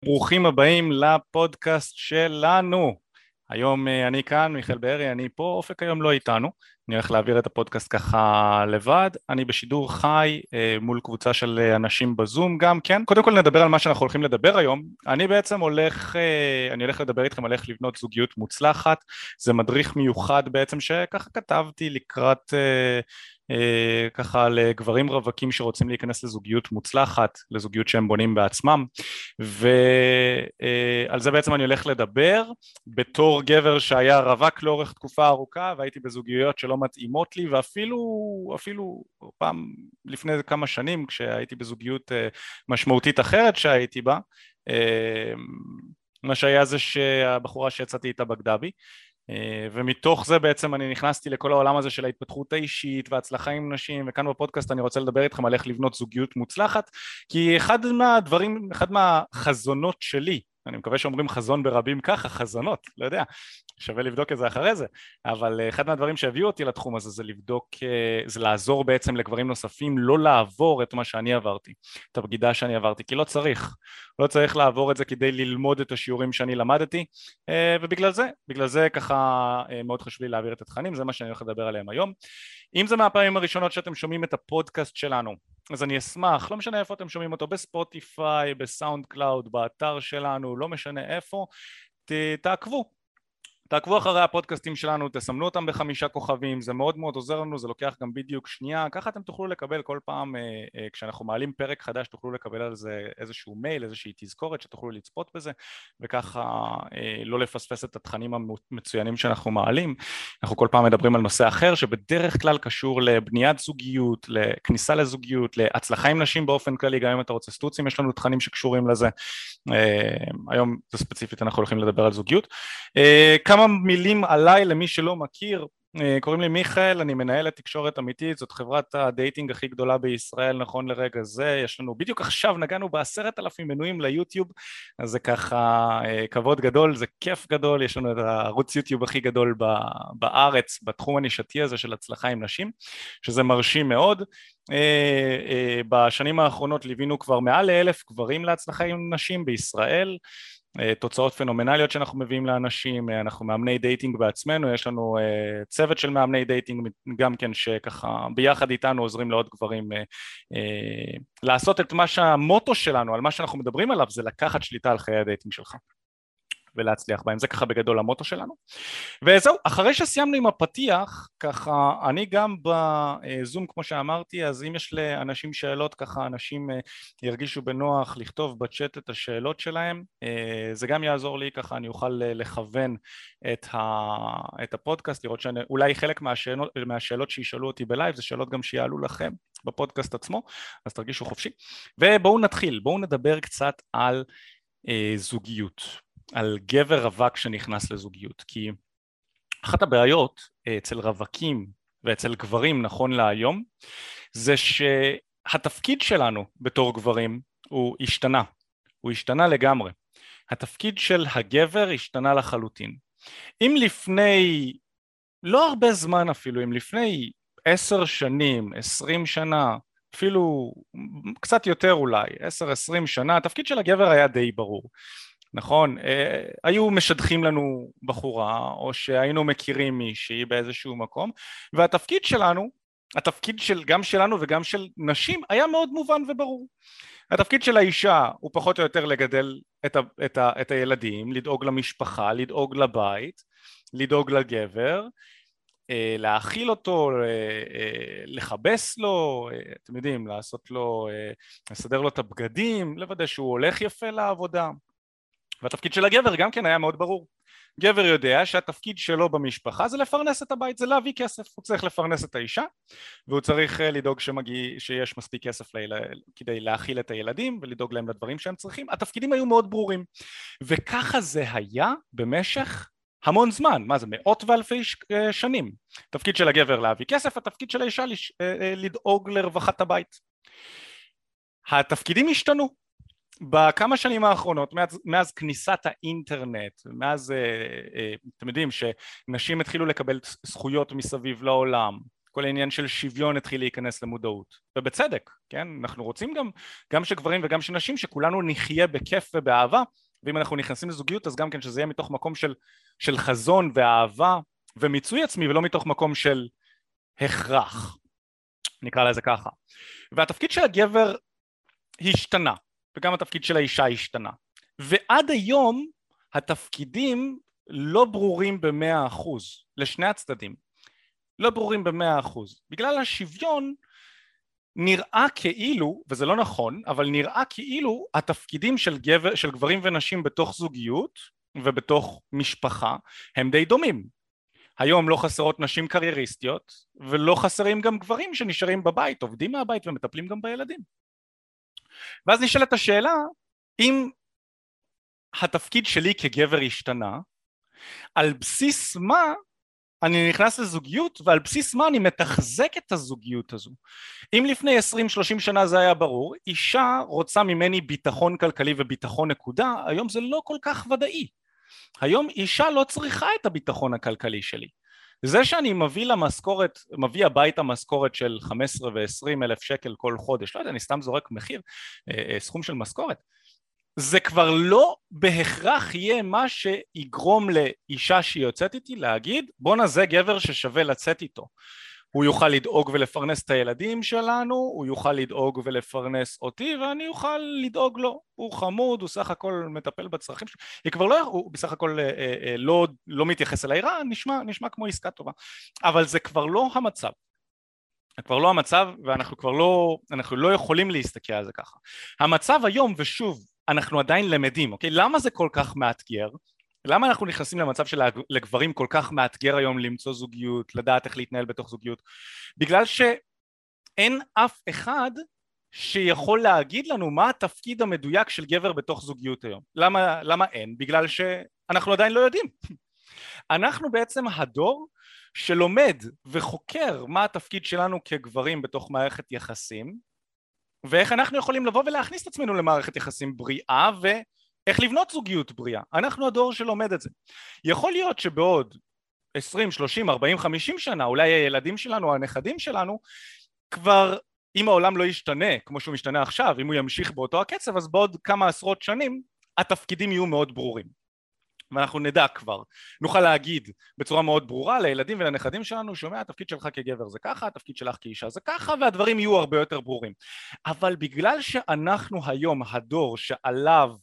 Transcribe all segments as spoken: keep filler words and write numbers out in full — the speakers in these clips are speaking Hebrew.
ברוכים הבאים לפודקאסט שלנו. היום אני כאן, מיכאל בארי, אני פה, אופק היום לא איתנו, אני הולך להעביר את הפודקאסט ככה לבד, אני בשידור חי מול קבוצה של אנשים בזום גם, כן? קודם כל נדבר על מה שאנחנו הולכים לדבר היום. אני בעצם הולך, אני הולך לדבר איתכם על איך לבנות זוגיות מוצלחת, זה מדריך מיוחד בעצם שככה כתבתי לקראת ככה לגברים רווקים שרוצים להיכנס לזוגיות מוצלחת, לזוגיות שהם בונים בעצמם, ועל זה בעצם אני הולך לדבר בתור גבר שהיה רווק לאורך תקופה ארוכה והייתי בזוגיות שלא מתאימות לי, ואפילו אפילו פעם לפני כמה שנים כשהייתי בזוגיות משמעותית אחרת שהייתי בה, מה שהיה זה שהבחורה שיצאתי איתה בגדה בי, ומתוך זה בעצם אני נכנסתי לכל העולם הזה של ההתפתחות האישית וההצלחה עם נשים, וכאן בפודקאסט אני רוצה לדבר איתכם על איך לבנות זוגיות מוצלחת, כי אחד מהדברים, אחד מהחזונות שלי, אני מקווה שאומרים חזון ברבים ככה, חזונות, לא יודע, שווה לבדוק את זה אחרי זה, אבל אחד מהדברים שהביאו אותי לתחום הזה זה לבדוק, זה לעזור בעצם לגברים נוספים לא לעבור את מה שאני עברתי, את הבגידה שאני עברתי, כי לא צריך, לא צריך לעבור את זה כדי ללמוד את השיעורים שאני למדתי, ובגלל זה, בגלל זה ככה מאוד חשוב לי להעביר את התכנים, זה מה שאני הולך לדבר עליהם היום. אם זה מהפעמים הראשונות שאתם שומעים את הפודקאסט שלנו, אז אני אשמח, לא משנה איפה אתם שומעים אותו, בספוטיפיי, בסאונד קלאוד, באתר שלנו, לא משנה איפה, ת, תעקבו. תעקבו אחרי הפודקאסטים שלנו, תסמנו אותם בחמישה כוכבים, זה מאוד מאוד עוזר לנו, זה לוקח גם בדיוק שנייה, ככה אתם תוכלו לקבל כל פעם, אה, אה, כשאנחנו מעלים פרק חדש, תוכלו לקבל על זה איזשהו מייל, איזושהי תזכורת שתוכלו לצפות בזה, וככה אה, לא לפספס את התכנים המצוינים שאנחנו מעלים. אנחנו כל פעם מדברים על נושא אחר, שבדרך כלל קשור לבניית זוגיות, לכניסה לזוגיות, להצלחה עם נשים באופן כללי, גם אם אתה רוצה סטוצים, יש לנו תכנים שקשורים לזה. אה, היום זה ספציפית, אנחנו הולכים לדבר על זוגיות. אה, כמה מילים עליי למי שלא מכיר, קוראים לי מיכאל, אני מנהלת תקשורת אמיתית, זאת חברת הדייטינג הכי גדולה בישראל נכון לרגע זה, יש לנו בדיוק עכשיו נגענו בעשרת אלפים מנויים ליוטיוב, אז זה ככה כבוד גדול, זה כיף גדול, יש לנו את הערוץ יוטיוב הכי גדול בארץ בתחום הנישתי הזה של הצלחה עם נשים, שזה מרשים מאוד. בשנים האחרונות ליווינו כבר מעל לאלף גברים להצלחה עם נשים בישראל, תוצאות פנומנליות שאנחנו מביאים לאנשים, אנחנו מאמני דייטינג בעצמנו, יש לנו צוות של מאמני דייטינג גם כן שככה ביחד איתנו עוזרים לעוד גברים לעשות את מה שהמוטו שלנו, על מה שאנחנו מדברים עליו, זה לקחת שליטה על חיי הדייטינג שלך ולהצליח בהם, זה ככה בגדול המוטו שלנו. וזהו, אחרי שסיימנו עם הפתיח, ככה אני גם בזום כמו שאמרתי, אז אם יש לאנשים שאלות, ככה אנשים ירגישו בנוח לכתוב בצ'אט את השאלות שלהם, זה גם יעזור לי, ככה אני אוכל לכוון את, ה, את הפודקאסט, לראות שאולי חלק מהשאלות, מהשאלות שישאלו אותי בלייב, זה שאלות גם שיעלו לכם בפודקאסט עצמו, אז תרגישו חופשי. ובואו נתחיל, בואו נדבר קצת על אה, זוגיות. על גבר רווק שנכנס לזוגיות, כי אחת הבעיות אצל רווקים ואצל גברים נכון להיום זה שהתפקיד שלנו בתור גברים הוא השתנה, הוא השתנה לגמרי, התפקיד של הגבר השתנה לחלוטין. אם לפני לא הרבה זמן אפילו, אם לפני עשר שנים, עשרים שנה, אפילו קצת יותר אולי, עשר עשרים שנה, התפקיד של הגבר היה די ברור. נכון, היו משדכים לנו בחורה או שהיינו מכירים מישהי באיזשהו מקום, והתפקיד שלנו, התפקיד של גם שלנו וגם של נשים היה מאוד מובן וברור. התפקיד של האישה הוא פחות או יותר לגדל את, ה, את, ה, את הילדים, לדאוג למשפחה, לדאוג לבית, לדאוג לגבר, להאכיל אותו, לחבס לו, אתם יודעים, לעשות לו, לסדר לו את הבגדים, לוודא שהוא הולך יפה לעבודה. והתפקיד של הגבר גם כן היה מאוד ברור. גבר יודע שהתפקיד שלו במשפחה זה לפרנס את הבית, זה להביא כסף, הוא צריך לפרנס את האישה, והוא צריך לדאוג שמגיע, שיש מספיק כסף ליל... כדי להאכיל את הילדים ולדאוג להם לדברים שהם צריכים. התפקידים היו מאוד ברורים, וככה זה היה במשך המון זמן, מה זה, מאות ואלפי שנים. התפקיד של הגבר להביא כסף, התפקיד של האישה לדאוג לרווחת הבית. התפקידים השתנו. בכמה שנים האחרונות, מאז, מאז כניסת האינטרנט, מאז, אתם יודעים, שנשים התחילו לקבל זכויות מסביב לעולם, כל העניין של שוויון התחיל להיכנס למודעות, ובצדק, כן? אנחנו רוצים גם, גם שגברים וגם שנשים, שכולנו נחיה בכיף ובאהבה, ואם אנחנו נכנסים לזוגיות, אז גם כן שזה יהיה מתוך מקום של, של חזון ואהבה ומיצוי עצמי, ולא מתוך מקום של הכרח, נקרא לזה ככה. והתפקיד של הגבר השתנה, וגם התפקיד של האישה השתנה, ועד היום התפקידים לא ברורים במאה אחוז, לשני הצדדים, לא ברורים במאה אחוז. בגלל השוויון נראה כאילו, וזה לא נכון, אבל נראה כאילו התפקידים של, גבר, של גברים ונשים בתוך זוגיות ובתוך משפחה הם די דומים. היום לא חסרות נשים קרייריסטיות, ולא חסרים גם גברים שנשארים בבית, עובדים מהבית ומטפלים גם בילדים. ואז נשאלת השאלה, אם התפקיד שלי כגבר השתנה, על בסיס מה אני נכנס לזוגיות, ועל בסיס מה אני מתחזק את הזוגיות הזו. אם לפני עשרים שלושים שנה זה היה ברור, אישה רוצה ממני ביטחון כלכלי וביטחון נקודה, היום זה לא כל כך ודאי. היום אישה לא צריכה את הביטחון הכלכלי שלי. זה שאני מביא למשכורת, מביא הביתה משכורת של חמש עשרה ועשרים אלף שקל כל חודש, לא יודע, אני סתם זורק מחיר, סכום של משכורת, זה כבר לא בהכרח יהיה מה שיגרום לאישה שיוצאת איתי להגיד, בוא נזה גבר ששווה לצאת איתו. הוא יוכל לדאוג ולפרנס את הילדים שלנו, הוא יוכל לדאוג ולפרנס אותי, ואני אוכל לדאוג לו. הוא חמוד, הוא סך הכל מטפל בצרכים שלו. היא כבר לא, הוא בסך הכל אה, אה, לא, לא מתייחס אליי רע, נשמע, נשמע כמו עסקה טובה. אבל זה כבר לא המצב. זה כבר לא המצב, ואנחנו כבר לא, אנחנו לא יכולים להסתכל על זה ככה. המצב היום, ושוב, אנחנו עדיין למדים, אוקיי? למה זה כל כך מאתגר? למה אנחנו נכנסים למצב שלגברים כל כך מאתגר היום למצוא זוגיות, לדעת איך להתנהל בתוך זוגיות? בגלל שאין אף אחד שיכול להגיד לנו מה התפקיד המדויק של גבר בתוך זוגיות היום. למה, למה אין? בגלל שאנחנו עדיין לא יודעים. אנחנו בעצם הדור שלומד וחוקר מה התפקיד שלנו כגברים בתוך מערכת יחסים, ואיך אנחנו יכולים לבוא ולהכניס את עצמנו למערכת יחסים בריאה, ואיך לבנות זוגיות בריאה. אנחנו הדור שלומד את זה. יכול להיות שבעוד עשרים, שלושים, ארבעים, חמישים שנה, אולי הילדים שלנו, הנכדים שלנו, כבר אם העולם לא ישתנה כמו שהוא משתנה עכשיו, אם הוא ימשיך באותו הקצב, אז בעוד כמה עשרות שנים התפקידים יהיו מאוד ברורים. ואנחנו נדע כבר, נוכל להגיד בצורה מאוד ברורה לילדים ולנכדים שלנו, שומע, התפקיד שלך כגבר זה ככה, התפקיד שלך כאישה זה ככה, והדברים יהיו הרבה יותר ברורים. אבל בגלל שאנחנו היום הדור שעליו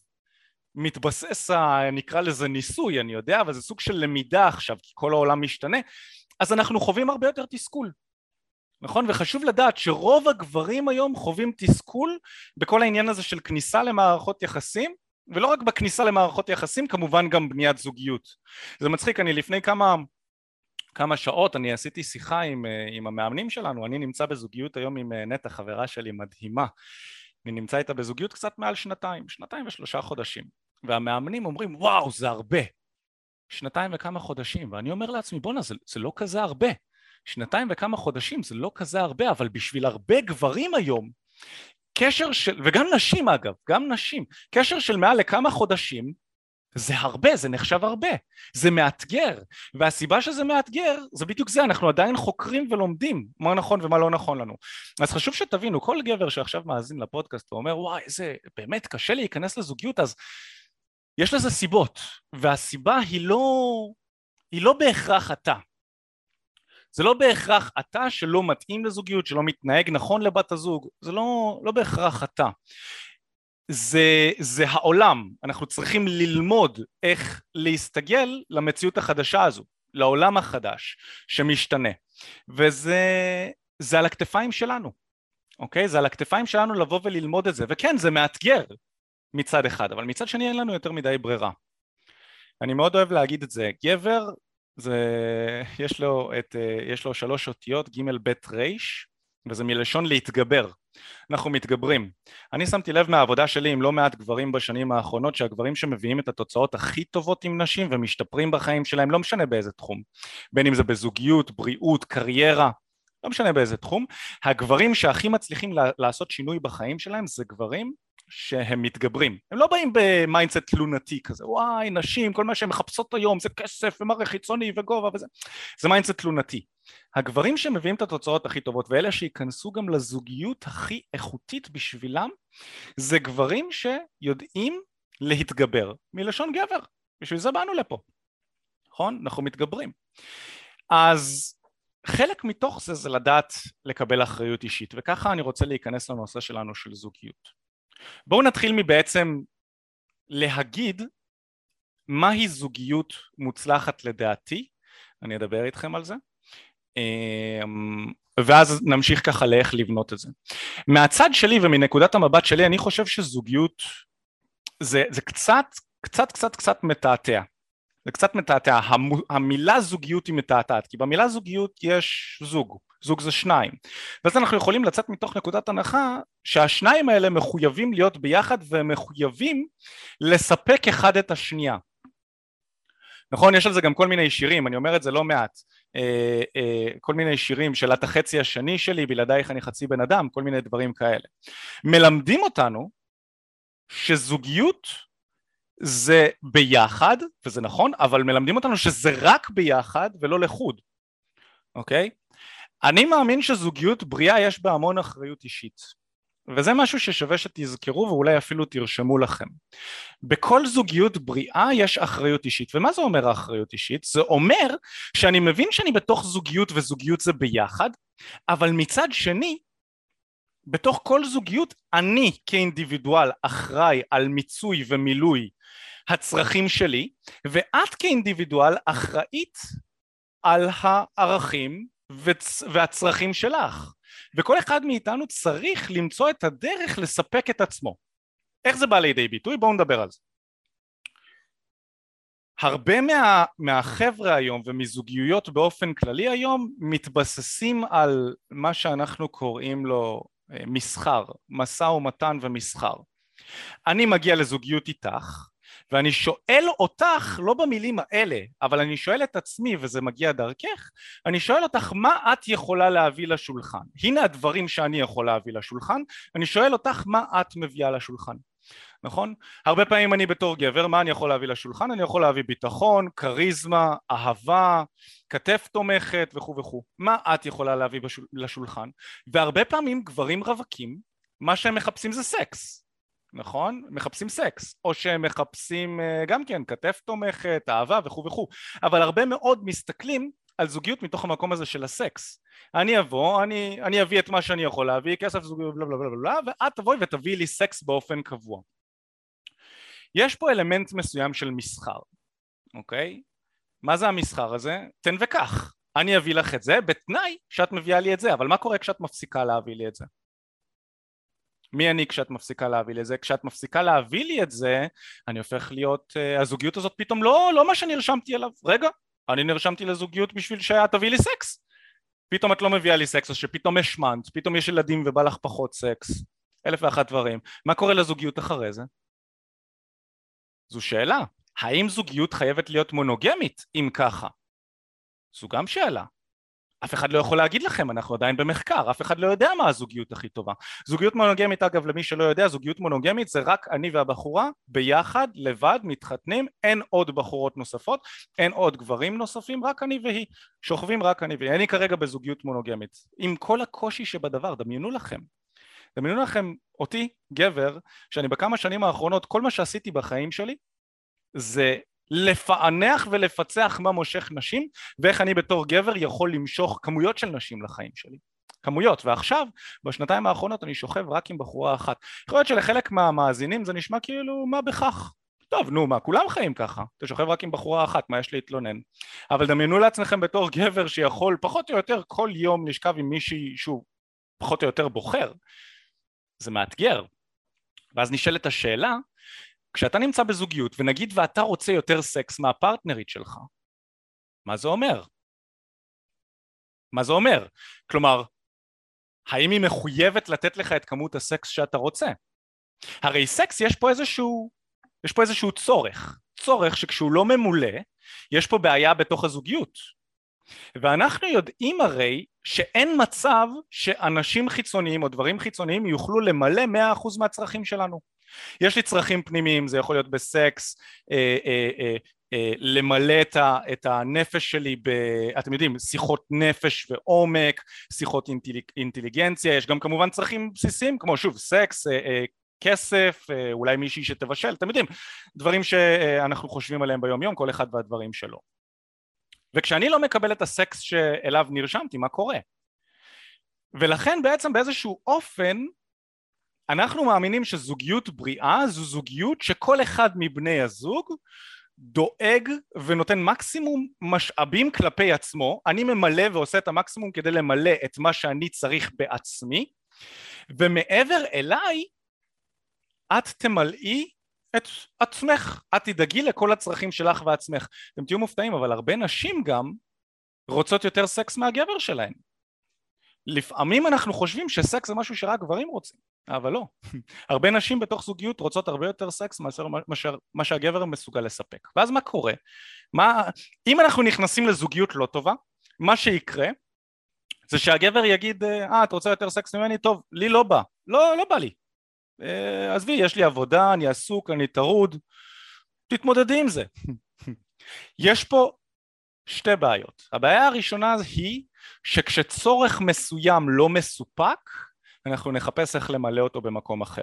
מתבסס, נקרא לזה ניסוי, אני יודע, אבל זה סוג של למידה עכשיו, כי כל העולם משתנה, אז אנחנו חווים הרבה יותר תסכול. נכון? וחשוב לדעת שרוב הגברים היום חווים תסכול בכל העניין הזה של כניסה למערכות יחסים, ולא רק בכניסה למערכות יחסים, כמובן גם בניית זוגיות. זה מצחיק, אני לפני כמה, כמה שעות, אני עשיתי שיחה עם, עם המאמנים שלנו, אני נמצא בזוגיות היום עם נטע, חברה שלי מדהימה, אני נמצא איתה בזוגיות קצת מעל שנתיים, שנתיים ושלושה חודשים, והמאמנים אומרים, וואו, זה הרבה, שנתיים וכמה חודשים, ואני אומר לעצמי, בונה, זה, זה לא כזה הרבה, שנתיים וכמה חודשים, זה לא כזה הרבה, אבל בשביל הרבה גברים היום, קשר של, וגם נשים אגב, גם נשים, קשר של מעל לכמה חודשים, זה הרבה, זה נחשב הרבה, זה מאתגר, והסיבה שזה מאתגר, זה בדיוק זה, אנחנו עדיין חוקרים ולומדים מה נכון ומה לא נכון לנו. אז חשוב שתבינו, כל גבר שעכשיו מאזין לפודקאסט ואומר, וואי, איזה, באמת קשה להיכנס לזוגיות, אז יש לזה סיבות, והסיבה היא לא, היא לא בהכרח אתה. זה לא בהכרח אתה שלא מתאים לזוגיות, שלא מתנהג נכון לבת הזוג, זה לא, לא בהכרח אתה. זה, זה העולם, אנחנו צריכים ללמוד איך להסתגל למציאות החדשה הזו, לעולם החדש שמשתנה, וזה זה על הכתפיים שלנו, אוקיי? זה על הכתפיים שלנו לבוא וללמוד את זה, וכן, זה מאתגר מצד אחד, אבל מצד שני אין לנו יותר מדי ברירה. אני מאוד אוהב להגיד את זה, גבר, זה, יש לו את, יש לו שלוש אותיות, ג' ב' ר', וזה מלשון להתגבר. אנחנו מתגברים. אני שמתי לב מהעבודה שלי עם לא מעט גברים בשנים האחרונות, שהגברים שמביאים את התוצאות הכי טובות עם נשים ומשתפרים בחיים שלהם, לא משנה באיזה תחום, בין אם זה בזוגיות, בריאות, קריירה, לא משנה באיזה תחום, הגברים שהכי מצליחים לעשות שינוי בחיים שלהם זה גברים שהם מתגברים, הם לא באים במיינדסט תלונתי כזה, וואי נשים כל מה שהן מחפשות היום זה כסף ומראה חיצוני וגובה וזה, זה מיינדסט תלונתי. הגברים שמביאים את התוצאות הכי טובות ואלה שיכנסו גם לזוגיות הכי איכותית בשבילם זה גברים שיודעים להתגבר, מלשון גבר, בשביל זה באנו לפה, נכון? אנחנו מתגברים. אז חלק מתוך זה זה לדעת לקבל אחריות אישית, וככה אני רוצה להיכנס לנושא שלנו של זוגיות. בואו נתחיל מבעצם להגיד מהי זוגיות מוצלחת לדעתי, אני אדבר איתכם על זה, ואז נמשיך ככה לאיך לבנות את זה. מהצד שלי ומנקודת המבט שלי אני חושב שזוגיות זה, זה קצת קצת קצת קצת מתעתע, זה קצת מתעתע, המילה זוגיות היא מתעתעת, כי במילה זוגיות יש זוג, זוג זה שניים, ואז אנחנו יכולים לצאת מתוך נקודת הנחה שהשניים האלה מחויבים להיות ביחד ומחויבים לספק אחד את השנייה. נכון, יש על זה גם כל מיני שירים, אני אומר את זה לא מעט, אה, אה, כל מיני שירים של את החצי השני שלי, בלעדייך אני חצי בן אדם, כל מיני דברים כאלה. מלמדים אותנו שזוגיות זה ביחד, וזה נכון, אבל מלמדים אותנו שזה רק ביחד ולא לחוד, אוקיי? אני מאמין שזוגיות בריאה יש בה המון אחריות אישית, וזה משהו ששווה שתזכרו ואולי אפילו תרשמו לכם. בכל זוגיות בריאה יש אחריות אישית, ומה זה אומר האחריות אישית? זה אומר שאני מבין שאני בתוך זוגיות וזוגיות זה ביחד, אבל מצד שני, בתוך כל זוגיות אני כאינדיבידואל אחראי על מיצוי ומילוי הצרכים שלי, ואת כאינדיבידואל אחראית על הערכים והצרכים שלך, וכל אחד מאיתנו צריך למצוא את הדרך לספק את עצמו. איך זה בא לידי ביטוי? בואו נדבר על זה. הרבה מה, מהחבר'ה היום ומזוגיות באופן כללי היום מתבססים על מה שאנחנו קוראים לו מסחר, משא ומתן ומסחר. אני מגיע לזוגיות איתך ואני שואל אותך לא במילים האלה, אבל אני שואל את עצמי וזה מגיע דרכך, אני שואל אותך מה את יכולה להביא לשולחן. הנה הדברים שאני יכול להביא לשולחן, אני שואל אותך מה את מביאה לשולחן. נכון? הרבה פעמים אני בתור גבר, מה אני יכול להביא לשולחן? אני יכול להביא ביטחון, קריזמה, אהבה, כתף תומכת וכו' וכו'. מה את יכולה להביא בשול... לשולחן? והרבה פעמים גברים רווקים, מה שהם מחפשים זה סקס. נכון? מחפשים סקס, או שהם מחפשים גם כן כתף תומכת, אהבה וכו' וכו'. אבל הרבה מאוד מסתכלים על זוגיות מתוך המקום הזה של הסקס. אני אבוא, אני, אני אביא את מה שאני יכול להביא, כסף זוגיות בלה בלה בלה בלה, ואת תבואי ותביאי לי סקס באופן קבוע. יש פה אלמנט מסוים של מסחר, אוקיי? מה זה המסחר הזה? תן וקח. אני אביא לך את זה בתנאי שאת מביאה לי את זה, אבל מה קורה כשאת מפסיקה להביא לי את זה? מי אני כשאת מפסיקה להביא לי את זה? כשאת מפסיקה להביא לי את זה, אני הופך להיות, uh, הזוגיות הזאת פתאום לא, לא מה שנרשמתי אליו. רגע, אני נרשמתי לזוגיות בשביל שאת תביא לי סקס. פתאום את לא מביאה לי סקס, אז שפתאום השמנת, פתאום יש ילדים ובא לך פחות סקס. אלף ואחת דברים. מה קורה לזוגיות אחרי זה? זו שאלה. האם זוגיות חייבת להיות מונוגמית אם ככה? זו גם שאלה. אף אחד לא יכול להגיד לכם, אנחנו עדיין במחקר, אף אחד לא יודע מה הזוגיות הכי טובה. זוגיות מונוגמית, אגב, למי שלא יודע, זוגיות מונוגמית זה רק אני והבחורה ביחד, לבד, מתחתנים, אין עוד בחורות נוספות, אין עוד גברים נוספים, רק אני והיא, שוכבים רק אני והיא. אני כרגע בזוגיות מונוגמית. עם כל הקושי שבדבר, דמיינו לכם. דמיינו לכם אותי, גבר, שאני בכמה שנים האחרונות, כל מה שעשיתי בחיים שלי, זה לפענח ולפצח מה מושך נשים ואיך אני בתור גבר יכול למשוך כמויות של נשים לחיים שלי, כמויות. ועכשיו בשנתיים האחרונות אני שוכב רק עם בחורה אחת. יכול להיות שלחלק מהמאזינים זה נשמע כאילו מה בכך, טוב נו מה כולם חיים ככה, אתה שוכב רק עם בחורה אחת, מה יש להתלונן? אבל דמיינו לעצמכם בתור גבר שיכול פחות או יותר כל יום לשכב עם מישהי שהוא פחות או יותר בוחר, זה מאתגר. ואז נשאלת השאלה, כשאתה נמצא בזוגיות ונגיד ואתה רוצה יותר סקס מהפרטנרית שלך, מה זה אומר? מה זה אומר? כלומר, האם היא מחויבת לתת לך את כמות הסקס שאתה רוצה? הרי סקס יש פה איזשהו, יש פה איזשהו צורך, צורך שכשהוא לא ממולא, יש פה בעיה בתוך הזוגיות. ואנחנו יודעים הרי שאין מצב שאנשים חיצוניים או דברים חיצוניים יוכלו למלא מאה אחוז מהצרכים שלנו. יש לי צרכים פנימיים, זה יכול להיות בסקס, אה, אה, אה, אה, למלא את, ה, את הנפש שלי, ב, אתם יודעים, שיחות נפש ועומק, שיחות אינטליג, אינטליגנציה, יש גם כמובן צרכים בסיסיים, כמו שוב, סקס, אה, אה, כסף, אה, אולי מישהי שתבשל, אתם יודעים, דברים שאנחנו חושבים עליהם ביום יום, כל אחד והדברים שלו. וכשאני לא מקבל את הסקס שאליו נרשמתי, מה קורה? ולכן בעצם באיזשהו אופן, אנחנו מאמינים שזוגיות בריאה זו זוגיות שכל אחד מבני הזוג דואג ונותן מקסימום משאבים כלפי עצמו, אני ממלא ועושה את המקסימום כדי למלא את מה שאני צריך בעצמי, ומעבר אליי, את תמלאי את עצמך, את תדאגי לכל הצרכים שלך ועצמך. אתם תהיו מופתעים, אבל הרבה נשים גם רוצות יותר סקס מהגבר שלהן. לפעמים אנחנו חושבים שסקס זה משהו שרק גברים רוצים, אבל לא. הרבה נשים בתוך זוגיות רוצות הרבה יותר סקס מאשר מה שהגבר מסוגל לספק. ואז מה קורה? מה, אם אנחנו נכנסים לזוגיות לא טובה, מה שיקרה זה שהגבר יגיד, אה, את רוצה יותר סקס ממני? טוב, לי לא בא. לא, לא בא לי. עזבי, יש לי עבודה, אני עסוק, אני טרוד, תתמודדי עם זה. יש פה שתי בעיות. הבעיה הראשונה היא שכשצורך מסוים לא מסופק, אנחנו נחפש איך למלא אותו במקום אחר.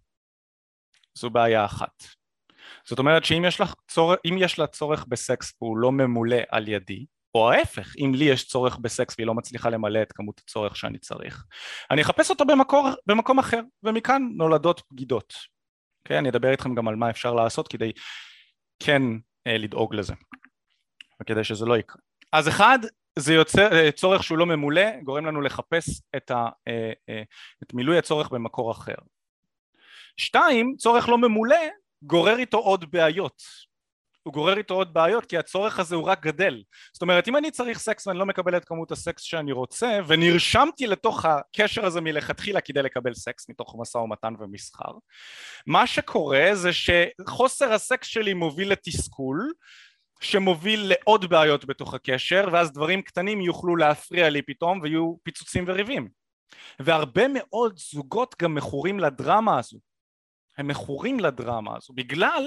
זו בעיה אחת. זאת אומרת שאם יש לה צורך, אם יש לה צורך בסקס והוא לא ממולא על ידי, או ההפך, אם לי יש צורך בסקס והיא לא מצליחה למלא את כמות הצורך שאני צריך, אני אחפש אותו במקור, במקום אחר, ומכאן נולדות בגידות. Okay, אני אדבר איתכם גם על מה אפשר לעשות כדי כן אה, לדאוג לזה, וכדי שזה לא יקרה. אז אחד, זה יוצר, צורך שהוא לא ממולא, גורם לנו לחפש את, ה, אה, אה, את מילוי הצורך במקור אחר. שתיים, צורך לא ממולא גורר איתו עוד בעיות. הוא גורר איתו עוד בעיות כי הצורך הזה הוא רק גדל. זאת אומרת, אם אני צריך סקס ואני לא מקבל את כמות הסקס שאני רוצה, ונרשמתי לתוך הקשר הזה מלכתחילה כדי לקבל סקס מתוך משא ומתן ומסחר, מה שקורה זה שחוסר הסקס שלי מוביל לתסכול, שמוביל לעוד בעיות בתוך הקשר, ואז דברים קטנים יוכלו להפריע לי פתאום ויהיו פיצוצים וריבים. והרבה מאוד זוגות גם מכורים לדרמה הזו. הם מכורים לדרמה הזו בגלל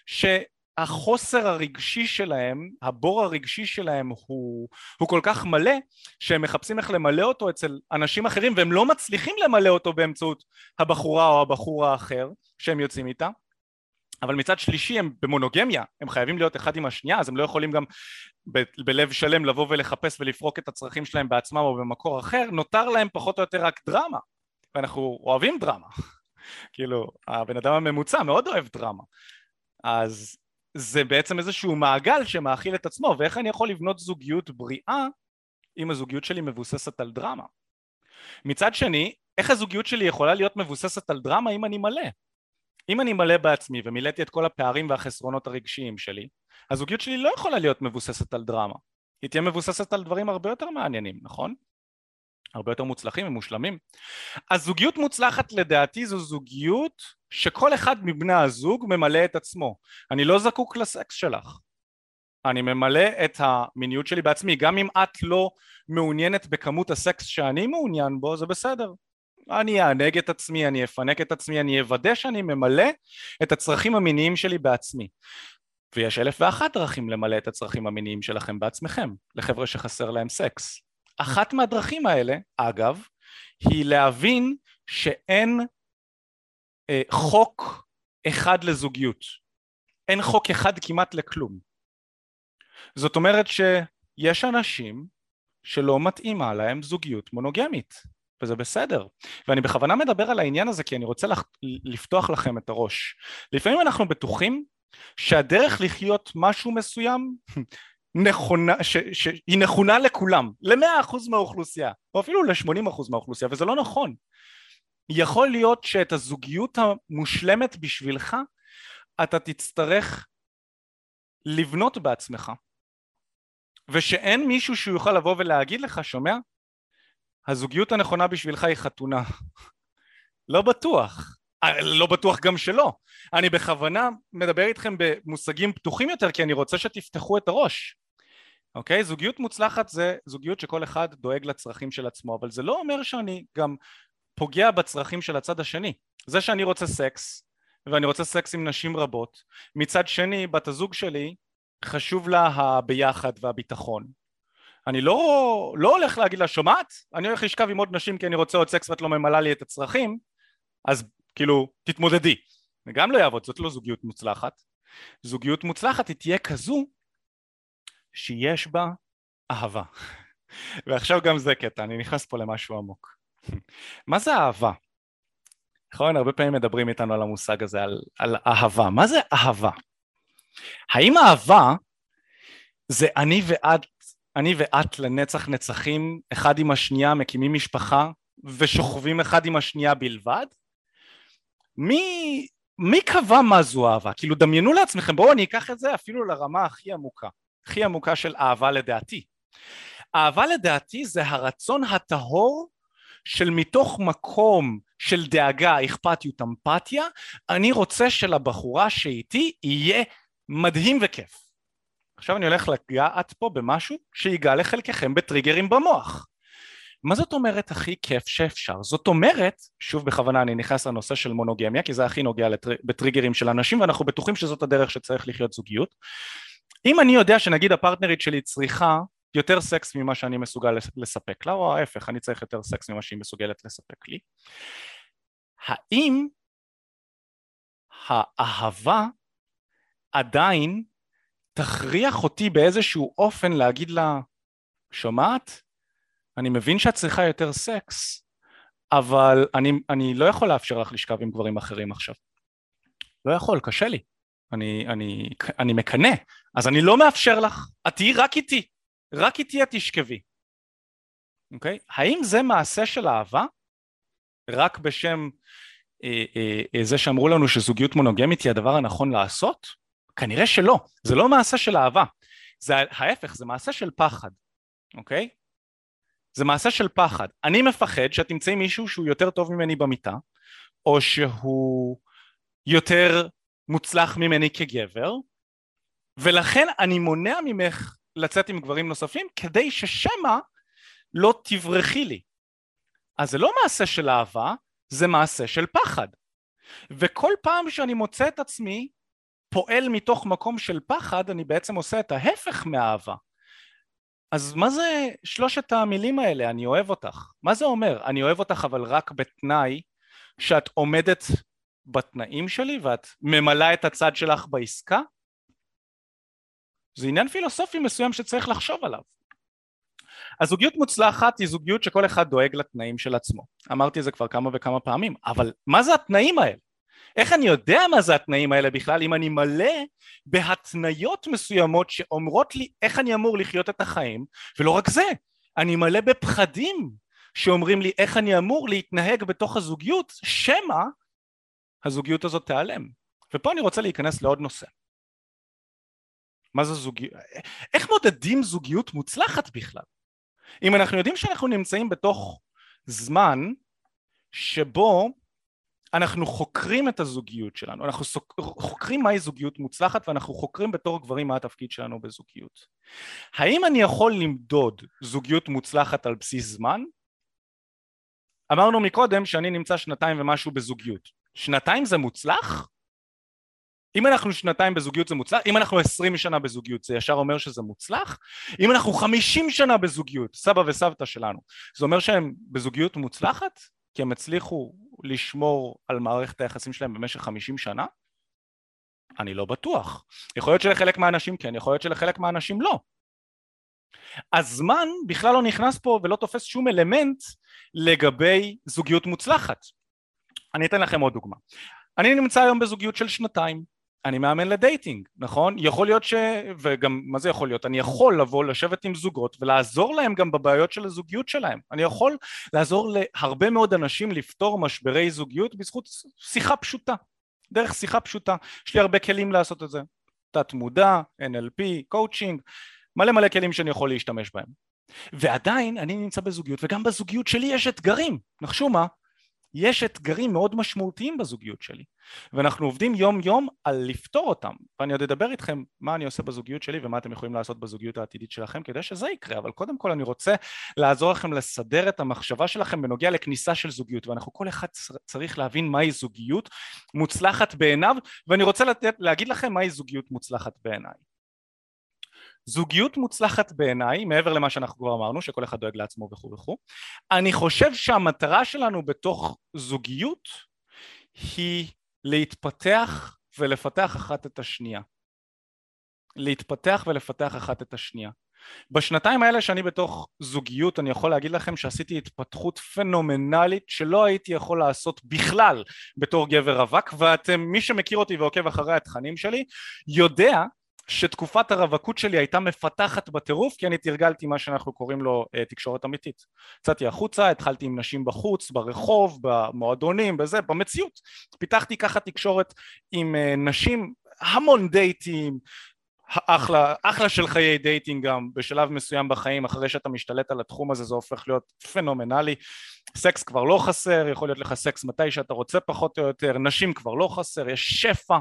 שהחוסר הרגשי שלהם, הבור הרגשי שלהם הוא, הוא כל כך מלא, שהם מחפשים איך למלא אותו אצל אנשים אחרים, והם לא מצליחים למלא אותו באמצעות הבחורה או הבחור האחר שהם יוצאים איתה. אבל מצד שלישי הם במונוגמיה, הם חייבים להיות אחד עם השנייה, אז הם לא יכולים גם ב- בלב שלם לבוא ולחפש ולפרוק את הצרכים שלהם בעצמם או במקור אחר, נותר להם פחות או יותר רק דרמה, ואנחנו אוהבים דרמה, כאילו הבן אדם הממוצע מאוד אוהב דרמה, אז זה בעצם איזשהו מעגל שמאכיל את עצמו, ואיך אני יכול לבנות זוגיות בריאה אם הזוגיות שלי מבוססת על דרמה? מצד שני, איך הזוגיות שלי יכולה להיות מבוססת על דרמה אם אני מלא? אם אני מלא בעצמי ומילאתי את כל הפערים והחסרונות הרגשיים שלי, הזוגיות שלי לא יכולה להיות מבוססת על דרמה. היא תהיה מבוססת על דברים הרבה יותר מעניינים, נכון? הרבה יותר מוצלחים ומושלמים. אז זוגיות מוצלחת לדעתי זו זוגיות שכל אחד מבני הזוג ממלא את עצמו. אני לא זקוק לסקס שלך. אני ממלא את המיניות שלי בעצמי. גם אם את לא מעוניינת בכמות הסקס שאני מעוניין בו, זה בסדר. אני אענג את עצמי, אני אפנק את עצמי, אני אוודא שאני ממלא את הצרכים המיניים שלי בעצמי. ויש אלף ואחת דרכים למלא את הצרכים המיניים שלכם בעצמכם, לחבר'ה שחסר להם סקס. אחת מהדרכים האלה, אגב, היא להבין שאין אה, חוק אחד לזוגיות. אין חוק אחד כמעט לכלום. זאת אומרת שיש אנשים שלא מתאימה להם זוגיות מונוגמית. וזה בסדר, ואני בכוונה מדבר על העניין הזה כי אני רוצה לפתוח לכם את הראש. לפעמים אנחנו בטוחים שהדרך לחיות משהו מסוים נכונה, ש, שהיא נכונה לכולם, ל-מאה אחוז מהאוכלוסייה, או אפילו ל-שמונים אחוז מהאוכלוסייה, וזה לא נכון. יכול להיות שאת הזוגיות המושלמת בשבילך, אתה תצטרך לבנות בעצמך, ושאין מישהו שיוכל לבוא ולהגיד לך, שומע? הזוגיות הנכונה בשבילך היא חתונה. לא בטוח. לא בטוח גם שלא. אני בכוונה מדבר איתכם במושגים פתוחים יותר, כי אני רוצה שתפתחו את הראש. אוקיי? זוגיות מוצלחת זה זוגיות שכל אחד דואג לצרכים של עצמו, אבל זה לא אומר שאני גם פוגע בצרכים של הצד השני. זה שאני רוצה סקס, ואני רוצה סקס עם נשים רבות, מצד שני בת הזוג שלי חשוב לה הביחד והביטחון. אני לא, לא הולך להגיד לה, שומעת? אני הולך לשכב עם עוד נשים כי אני רוצה עוד סקס ואת לא ממלאה לי את הצרכים, אז כאילו תתמודדי. זה גם לא יעבוד, זאת לא זוגיות מוצלחת. זוגיות מוצלחת היא תהיה כזו שיש בה אהבה. ועכשיו גם זה קטע, אני נכנס פה למשהו עמוק. מה זה אהבה? נכון, הרבה פעמים מדברים איתנו על המושג הזה, על, על אהבה. מה זה אהבה? האם אהבה זה אני ואת, אני ואת לנצח נצחים, אחד עם השנייה מקימים משפחה ושוכבים אחד עם השנייה בלבד? מי, מי קבע מה זו אהבה? כאילו דמיינו לעצמכם, בואו אני אקח את זה אפילו לרמה הכי עמוקה, הכי עמוקה של אהבה לדעתי. אהבה לדעתי זה הרצון הטהור של מתוך מקום של דאגה, אכפתיות, אמפתיה, אני רוצה שלבחורה שאיתי יהיה מדהים וכיף. עכשיו אני הולך לגעת פה במשהו שיגע לחלקכם בטריגרים במוח. מה זאת אומרת הכי כיף שאפשר? זאת אומרת, שוב בכוונה אני נכנס לנושא של מונוגמיה, כי זה הכי נוגע לטר... בטריגרים של אנשים, ואנחנו בטוחים שזאת הדרך שצריך לחיות זוגיות. אם אני יודע שנגיד הפרטנרית שלי צריכה יותר סקס ממה שאני מסוגל לספק לה, או ההפך, אני צריך יותר סקס ממה שהיא מסוגלת לספק לי, האם האהבה עדיין תכריח אותי באיזשהו אופן להגיד לה, שומעת? אני מבין שאת צריכה יותר סקס, אבל אני, אני לא יכול לאפשר לך לשכב עם גברים אחרים עכשיו. לא יכול, קשה לי. אני, אני, אני מקנה, אז אני לא מאפשר לך, את תהיי רק איתי, רק איתי את תשכבי. אוקיי? האם זה מעשה של אהבה? רק בשם אה, אה, זה שאמרו לנו שזוגיות מונוגמית היא הדבר הנכון לעשות? כנראה שלא, זה לא מעשה של אהבה, זה ההפך, זה מעשה של פחד, אוקיי? זה מעשה של פחד. אני מפחד שאת תמצאי מישהו שהוא יותר טוב ממני במיטה, או שהוא יותר מוצלח ממני כגבר, ולכן אני מונע ממך לצאת עם גברים נוספים, כדי ששמה לא תברחי לי. אז זה לא מעשה של אהבה, זה מעשה של פחד. וכל פעם שאני מוצא את עצמי, פועל מתוך מקום של פחד, אני בעצם עושה את ההפך מאהבה. אז מה זה שלושת המילים האלה, אני אוהב אותך? מה זה אומר? אני אוהב אותך אבל רק בתנאי שאת עומדת בתנאים שלי ואת ממלאה את הצד שלך בעסקה? זה עניין פילוסופי מסוים שצריך לחשוב עליו. הזוגיות מוצלחת היא זוגיות שכל אחד דואג לתנאים של עצמו. אמרתי זה כבר כמה וכמה פעמים, אבל מה זה התנאים האלה? איך אני יודע מה זה התנאים האלה בכלל אם אני מלא בהתניות מסוימות שאומרות לי איך אני אמור לחיות את החיים, ולא רק זה, אני מלא בפחדים שאומרים לי איך אני אמור להתנהג בתוך הזוגיות, שמה הזוגיות הזאת תיעלם. ופה אני רוצה להיכנס לעוד נושא. מה זה זוגיות? איך מודדים זוגיות מוצלחת בכלל? אם אנחנו יודעים שאנחנו נמצאים בתוך זמן שבו אנחנו חוקרים את הזוגיות שלנו, אנחנו חוקרים מהי זוגיות מוצלחת ואנחנו חוקרים בתור גברים מה התפקיד שלנו בזוגיות. האם אני יכול למדוד זוגיות מוצלחת על בסיס זמן? אמרנו מקודם שאני נמצא שנתיים ומשהו בזוגיות. שנתיים זה מוצלח? אם אנחנו שנתיים בזוגיות זה מוצלח? אם אנחנו עשרים שנה בזוגיות זה ישר אומר שזה מוצלח? אם אנחנו חמישים שנה בזוגיות, סבא וסבתא שלנו, זה אומר שהם בזוגיות מוצלחת? כי הם הצליחו לשמור על מערכת היחסים שלהם במשך חמישים שנה? אני לא בטוח. יכול להיות שלחלק מהאנשים כן, יכול להיות שלחלק מהאנשים לא. הזמן בכלל לא נכנס פה ולא תופס שום אלמנט לגבי זוגיות מוצלחת. אני אתן לכם עוד דוגמה. אני נמצא היום בזוגיות של שנתיים. אני מאמן לדייטינג, נכון? יכול להיות ש... וגם מה זה יכול להיות? אני יכול לבוא לשבת עם זוגות ולעזור להם גם בבעיות של הזוגיות שלהם. אני יכול לעזור להרבה מאוד אנשים לפתור משברי זוגיות בזכות שיחה פשוטה, דרך שיחה פשוטה. יש לי הרבה כלים לעשות את זה. תת מודע, אן אל פי, קואוצ'ינג, מלא מלא כלים שאני יכול להשתמש בהם. ועדיין אני נמצא בזוגיות, וגם בזוגיות שלי יש אתגרים. נחשו מה? יש אתגרים מאוד משמעותיים בזוגיות שלי, ואנחנו עובדים יום יום על לפתור אותם, ואני עוד אדבר איתכם מה אני עושה בזוגיות שלי ומה אתם יכולים לעשות בזוגיות העתידית שלכם כדי שזה יקרה, אבל קודם כל אני רוצה לעזור לכם לסדר את המחשבה שלכם בנוגע לכניסה של זוגיות, ואנחנו כל אחד צריך להבין מהי זוגיות מוצלחת בעיניו, ואני רוצה לתת, להגיד לכם מהי זוגיות מוצלחת בעיניי. זוגיות מוצלחת בעיניי, מעבר למה שאנחנו כבר אמרנו, שכל אחד דואג לעצמו וכו' וכו', אני חושב שהמטרה שלנו בתוך זוגיות היא להתפתח ולפתח אחת את השנייה. להתפתח ולפתח אחת את השנייה. בשנתיים האלה שאני בתוך זוגיות אני יכול להגיד לכם שעשיתי התפתחות פנומנלית שלא הייתי יכול לעשות בכלל בתור גבר רווק, ואתם, מי שמכיר אותי ועוקב אחרי התכנים שלי, יודע שתקופת הרווקות שלי הייתה מפתחת בטירוף, כי אני תרגלתי מה שאנחנו קוראים לו uh, תקשורת אמיתית. יצאתי החוצה, התחלתי עם נשים בחוץ, ברחוב, במועדונים, בזה, במציאות. פיתחתי ככה תקשורת עם uh, נשים, המון דייטים, אחלה, אחלה של חיי דייטינג גם, בשלב מסוים בחיים, אחרי שאתה משתלט על התחום הזה, זה הופך להיות פנומנלי. סקס כבר לא חסר, יכול להיות לך סקס מתי שאתה רוצה פחות או יותר, נשים כבר לא חסר, יש שפע.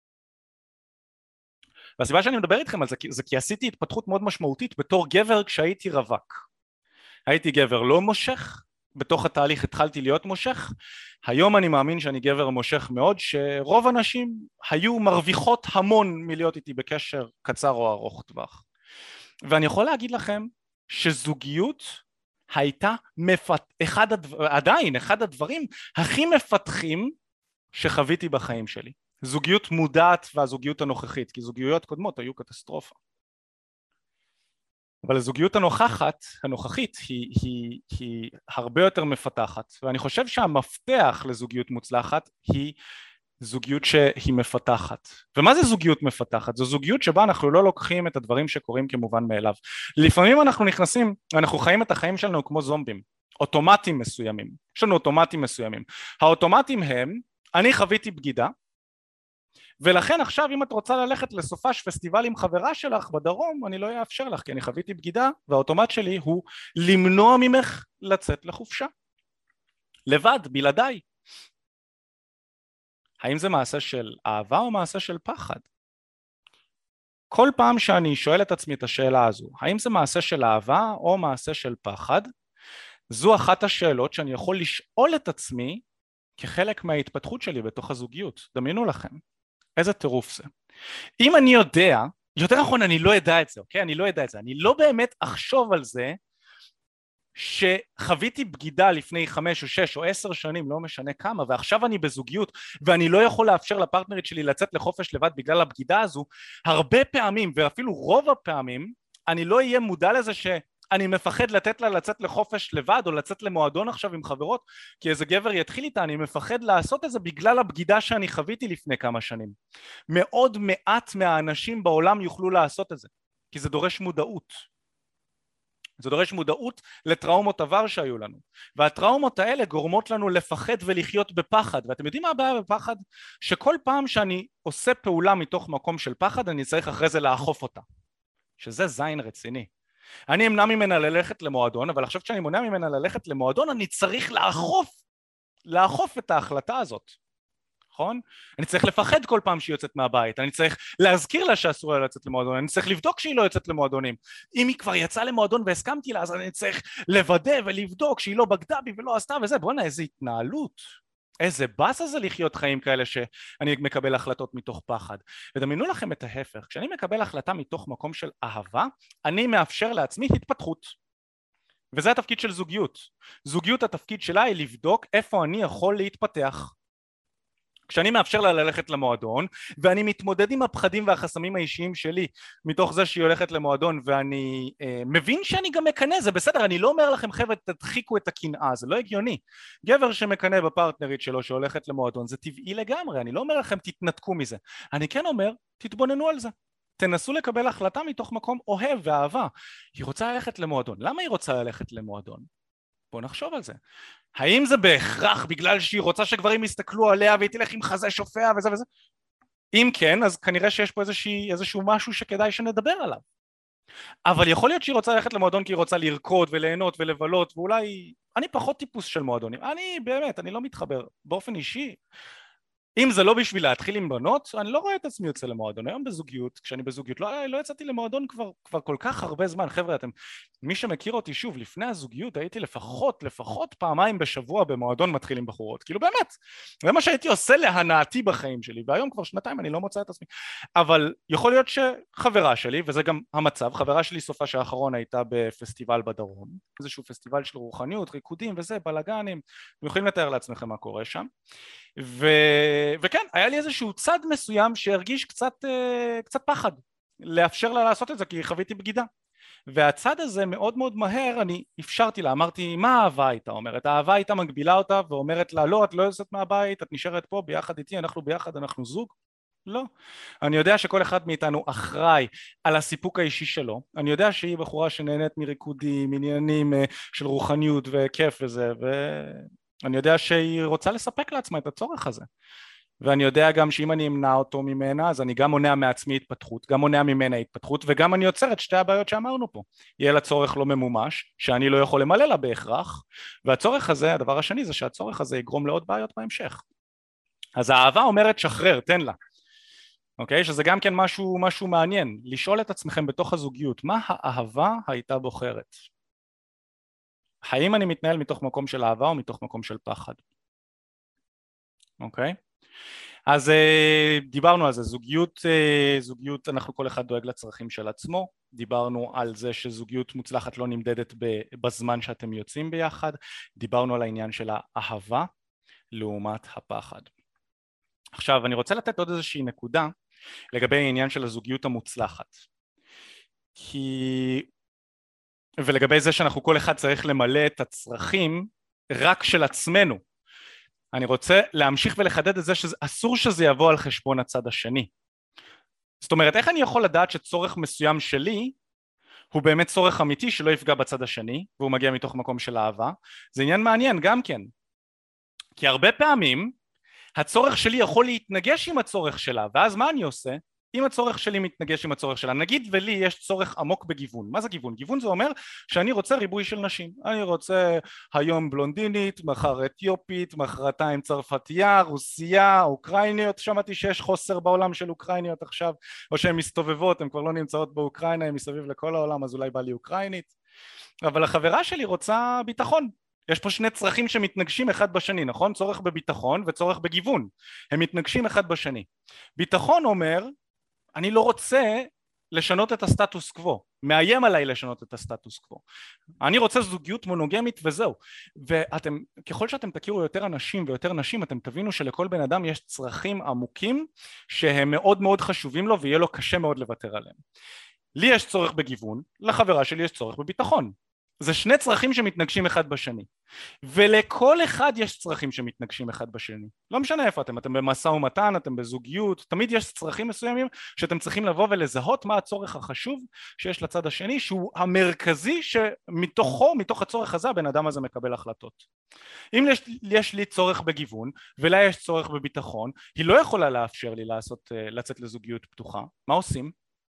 והסיבה שאני מדבר איתכם על זה, זה כי עשיתי התפתחות מאוד משמעותית בתור גבר כשהייתי רווק. הייתי גבר לא מושך, בתוך התהליך התחלתי להיות מושך, היום אני מאמין שאני גבר מושך מאוד, שרוב הנשים היו מרוויחות המון מלהיות איתי בקשר קצר או ארוך טווח. ואני יכול להגיד לכם שזוגיות הייתה מפת... אחד הדבר... עדיין אחד הדברים הכי מפתחים שחוויתי בחיים שלי. זוגיות מודעת והזוגיות הנוכחית, כי זוגיות קודמות היו קטסטרופה. אבל הזוגיות הנוכחת, הנוכחית היא, היא, היא הרבה יותר מפתחת, ואני חושב שהמפתח לזוגיות מוצלחת היא זוגיות שהיא מפתחת. ומה זה זוגיות מפתחת? זו זוגיות שבה אנחנו לא לוקחים את הדברים שקורים כמובן מאליו. לפעמים אנחנו נכנסים, אנחנו חיים את החיים שלנו כמו זומבים, אוטומטים מסוימים. יש לנו אוטומטים מסוימים. האוטומטים הם, אני חוויתי בגידה, ולכן עכשיו אם את רוצה ללכת לסופש פסטיבל עם חברה שלך בדרום, אני לא אאפשר לך, כי אני חוויתי בגידה, והאוטומט שלי הוא למנוע ממך לצאת לחופשה. לבד, בלעדיי. האם זה מעשה של אהבה או מעשה של פחד? כל פעם שאני שואל את עצמי את השאלה הזו, האם זה מעשה של אהבה או מעשה של פחד, זו אחת השאלות שאני יכול לשאול את עצמי כחלק מההתפתחות שלי בתוך הזוגיות. דמיינו לכם. איזה טירוף זה. אם אני יודע, יותר נכון אני לא יודע את זה, אוקיי? אני לא יודע את זה. אני לא באמת אחשוב על זה שחוויתי בגידה לפני חמש או שש או עשר שנים, לא משנה כמה, ועכשיו אני בזוגיות ואני לא יכול לאפשר לפרטנרית שלי לצאת לחופש לבד בגלל הבגידה הזו, הרבה פעמים ואפילו רוב הפעמים אני לא אהיה מודע לזה ש... אני מפחד לתת לה לצאת לחופש לבד או לצאת למועדון עכשיו עם חברות, כי איזה גבר יתחיל איתה, אני מפחד לעשות את זה בגלל הבגידה שאני חוויתי לפני כמה שנים. מאוד מעט מהאנשים בעולם יוכלו לעשות את זה, כי זה דורש מודעות. זה דורש מודעות לטראומות עבר שהיו לנו, והטראומות האלה גורמות לנו לפחד ולחיות בפחד, ואתם יודעים מה הבעיה בפחד? שכל פעם שאני עושה פעולה מתוך מקום של פחד, אני צריך אחרי זה לאכוף אותה, שזה זין רציני. אני אמנע ממנה ללכת למועדון, אבל עכשיו כשאני מונע ממנה ללכת למועדון, אני צריך לאכוף, לאכוף את ההחלטה הזאת, נכון? אני צריך לפחד כל פעם שהיא יוצאת מהבית, אני צריך להזכיר לה שאסור לה לצאת למועדון, אני צריך לבדוק שהיא לא יוצאת למועדונים. אם היא כבר יצאה למועדון והסכמתי לה, אז אני צריך לוודא ולבדוק שהיא לא בגדה בי ולא עשתה וזה. בוא'נה, איזה התנהלות. איזה באסה זה לחיות חיים כאלה שאני מקבל החלטות מתוך פחד. ודמיינו לכם את ההפך, כשאני מקבל החלטה מתוך מקום של אהבה, אני מאפשר לעצמי התפתחות. וזה התפקיד של זוגיות. זוגיות התפקיד שלה היא לבדוק איפה אני יכול להתפתח. כשאני מאפשר לה ללכת למועדון, ואני מתמודד עם הפחדים והחסמים האישיים שלי, מתוך זה שהיא הולכת למועדון, ואני אה, מבין שאני גם מקנה, זה בסדר, אני לא אומר לכם חבר'ה תדחיקו את הקנאה, זה לא הגיוני. גבר שמקנה בפרטנרית שלו שהולכת למועדון, זה טבעי לגמרי, אני לא אומר לכם תתנתקו מזה, אני כן אומר תתבוננו על זה. תנסו לקבל החלטה מתוך מקום אוהב ואהבה. היא רוצה ללכת למועדון, למה היא רוצה ללכת למועדון? בואו נחשוב על זה. האם זה בהכרח בגלל שהיא רוצה שגברים יסתכלו עליה והיא תלך עם חזה שופע וזה וזה? אם כן, אז כנראה שיש פה איזושהי, איזשהו משהו שכדאי שנדבר עליו. אבל יכול להיות שהיא רוצה ללכת למועדון כי היא רוצה לרקוד וליהנות ולבלות, ואולי אני פחות טיפוס של מועדונים, אני באמת, אני לא מתחבר באופן אישי, אם זה לא בשביל להתחיל עם בנות, אני לא רואה את עצמי יוצא למועדון. היום בזוגיות, כשאני בזוגיות, לא, לא יצאתי למועדון כבר, כבר כל כך הרבה זמן. חבר'ה, אתם, מי שמכיר אותי שוב, לפני הזוגיות הייתי לפחות, לפחות פעמיים בשבוע במועדון מתחיל עם בחורות. כאילו באמת, זה מה שהייתי עושה להנאתי בחיים שלי, והיום כבר שנתיים אני לא מוצא את עצמי. אבל יכול להיות שחברה שלי, וזה גם המצב, חברה שלי סופה שהאחרון הייתה בפסטיבל בדרום, איזשהו פסטיבל של רוחניות, ריקודים וזה, בלגנים, אתם יכולים לתאר לעצמכם מה קורה שם. ו... וכן, היה לי איזשהו צד מסוים שהרגיש קצת, קצת פחד לאפשר לה לעשות את זה, כי חוויתי בגידה. והצד הזה מאוד מאוד מהר אני אפשרתי לה, אמרתי, מה האהבה הייתה אומרת? האהבה הייתה מגבילה אותה ואומרת לה, לא, את לא יוצאת מהבית, את נשארת פה ביחד איתי, אנחנו ביחד, אנחנו זוג. לא. אני יודע שכל אחד מאיתנו אחראי על הסיפוק האישי שלו. אני יודע שהיא בחורה שנהנית מריקודים, עניינים של רוחניות וכיף וזה, ו... אני יודע שהיא רוצה לספק לעצמה את הצורך הזה, ואני יודע גם שאם אני אמנע אותו ממנה אז אני גם מונע מעצמי התפתחות, גם מונע ממנה התפתחות, וגם אני יוצר את שתי הבעיות שאמרנו פה. יהיה לה צורך לא ממומש שאני לא יכול למלא לה בהכרח, והצורך הזה, הדבר השני זה שהצורך הזה יגרום לעוד בעיות בהמשך. אז האהבה אומרת שחרר, תן לה, אוקיי? שזה גם כן משהו, משהו מעניין, לשאול את עצמכם בתוך הזוגיות, מה האהבה הייתה בוחרת? האם אני מתנהל מתוך מקום של אהבה או מתוך מקום של פחד? אוקיי? אז דיברנו על זה, זוגיות, זוגיות, אנחנו כל אחד דואג לצרכים של עצמו, דיברנו על זה שזוגיות מוצלחת לא נמדדת בזמן שאתם יוצאים ביחד, דיברנו על העניין של האהבה לעומת הפחד. עכשיו אני רוצה לתת עוד איזושהי נקודה לגבי העניין של הזוגיות המוצלחת, כי... ולגבי זה שאנחנו כל אחד צריך למלא את הצרכים רק של עצמנו. אני רוצה להמשיך ולחדד את זה שאסור שזה יבוא על חשבון הצד השני. זאת אומרת, איך אני יכול לדעת שצורך מסוים שלי הוא באמת צורך אמיתי שלא יפגע בצד השני, והוא מגיע מתוך מקום של אהבה? זה עניין מעניין גם כן. כי הרבה פעמים הצורך שלי יכול להתנגש עם הצורך שלה, ואז מה אני עושה? אם הצורך שלי מתנגש עם הצורך שלה, נגיד ולי יש צורך עמוק בגיוון. מה זה גיוון? גיוון זה אומר שאני רוצה ריבוי של נשים. אני רוצה היום בלונדינית, מחר אתיופית, מחרתיים צרפתייה, רוסיה, אוקראיניות. שמעתי שיש חוסר בעולם של אוקראיניות עכשיו, או שהן מסתובבות, הן כבר לא נמצאות באוקראינה, הן מסביב לכל העולם, אז אולי בא לי אוקראינית. אבל החברה שלי רוצה ביטחון. יש פה שני צרכים שמתנגשים אחד בשני, נכון? צורך בביטחון וצורך בגיוון. הם מתנגשים אחד בשני. ביטחון אומר, אני לא רוצה לשנות את הסטטוס קוו, מאיים עליי לשנות את הסטטוס קוו. אני רוצה זוגיות מונוגמית וזהו. ואתם, ככל שאתם תכירו יותר אנשים ויותר נשים, אתם תבינו שלכל בן אדם יש צרכים עמוקים שהם מאוד מאוד חשובים לו ויהיה לו קשה מאוד לוותר עליהם. לי יש צורך בגיוון, לחברה שלי יש צורך בביטחון. זה שני צרכים שמתנגשים אחד בשני, ולכל אחד יש צרכים שמתנגשים אחד בשני. לא משנה איפה אתם, אתם במשא ומתן, אתם בזוגיות, תמיד יש צרכים מסוימים שאתם צריכים לבוא ולזהות מה הצורך החשוב שיש לצד השני, שהוא המרכזי שמתוכו, מתוך הצורך הזה הבן אדם הזה מקבל החלטות. אם יש, יש לי צורך בגיוון ולה יש צורך בביטחון, היא לא יכולה לאפשר לי לעשות, לצאת לזוגיות פתוחה. מה עושים?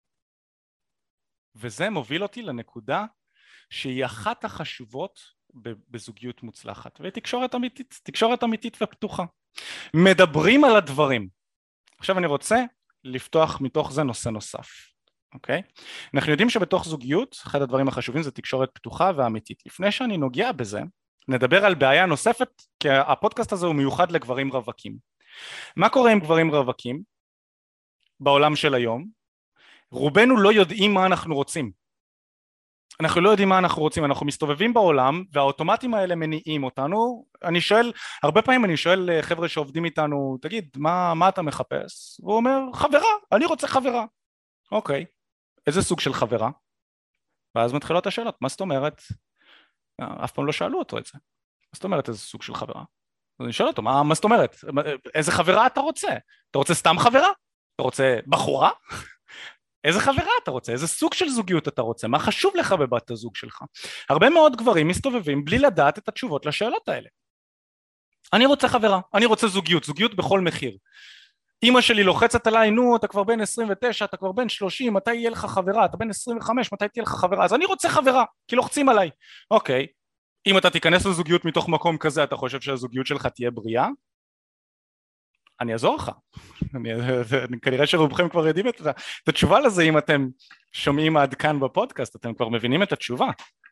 וזה מוביל אותי לנקודה שהיא אחת החשובות בזוגיות מוצלחת, ותקשורת אמיתית, תקשורת אמיתית ופתוחה. מדברים על הדברים. עכשיו אני רוצה לפתוח מתוך זה נושא נוסף, אוקיי? אנחנו יודעים שבתוך זוגיות, אחד הדברים החשובים זה תקשורת פתוחה ואמיתית. לפני שאני נוגע בזה, נדבר על בעיה נוספת, כי הפודקאסט הזה הוא מיוחד לגברים רווקים. מה קורה עם גברים רווקים? בעולם של היום, רובנו לא יודעים מה אנחנו רוצים. אנחנו לא יודעים מה אנחנו רוצים, אנחנו מסתובבים בעולם והאוטומטים האלה מניעים אותנו. אני שואל, הרבה פעמים אני שואל חבר'ה שעובדים איתנו, תגיד, מה, מה אתה מחפש? והוא אומר, חברה, אני רוצה חברה. אוקיי, איזה סוג של חברה? ואז מתחילות השאלות, מה זאת אומרת? אף פעם לא שאלו אותו את זה. מה זאת אומרת איזה סוג של חברה? אז אני שואל אותו, מה, מה זאת אומרת? איזה חברה אתה רוצה? אתה רוצה סתם חברה? אתה רוצה בחורה? איזה חברה אתה רוצה? איזה סוג של זוגיות אתה רוצה? מה חשוב לך בבת הזוג שלך? הרבה מאוד גברים מסתובבים בלי לדעת את התשובות לשאלות האלה. אני רוצה חברה, אני רוצה זוגיות, זוגיות בכל מחיר. אמא שלי לוחצת עליי, נו, אתה כבר בן עשרים ותשע, אתה כבר בן שלושים, מתי יהיה לך חברה? אתה בן עשרים וחמש, מתי תהיה לך חברה? אז אני רוצה חברה, כי לוחצים עליי. אוקיי, אם אתה תיכנס לזוגיות מתוך מקום כזה, אתה חושב שהזוגיות שלך תהיה בריאה? אני אעזור לך. אני, אני, כנראה שרובכם כבר יודעים את, את התשובה לזה, אם אתם שומעים עד כאן בפודקאסט, אתם כבר מבינים את התשובה.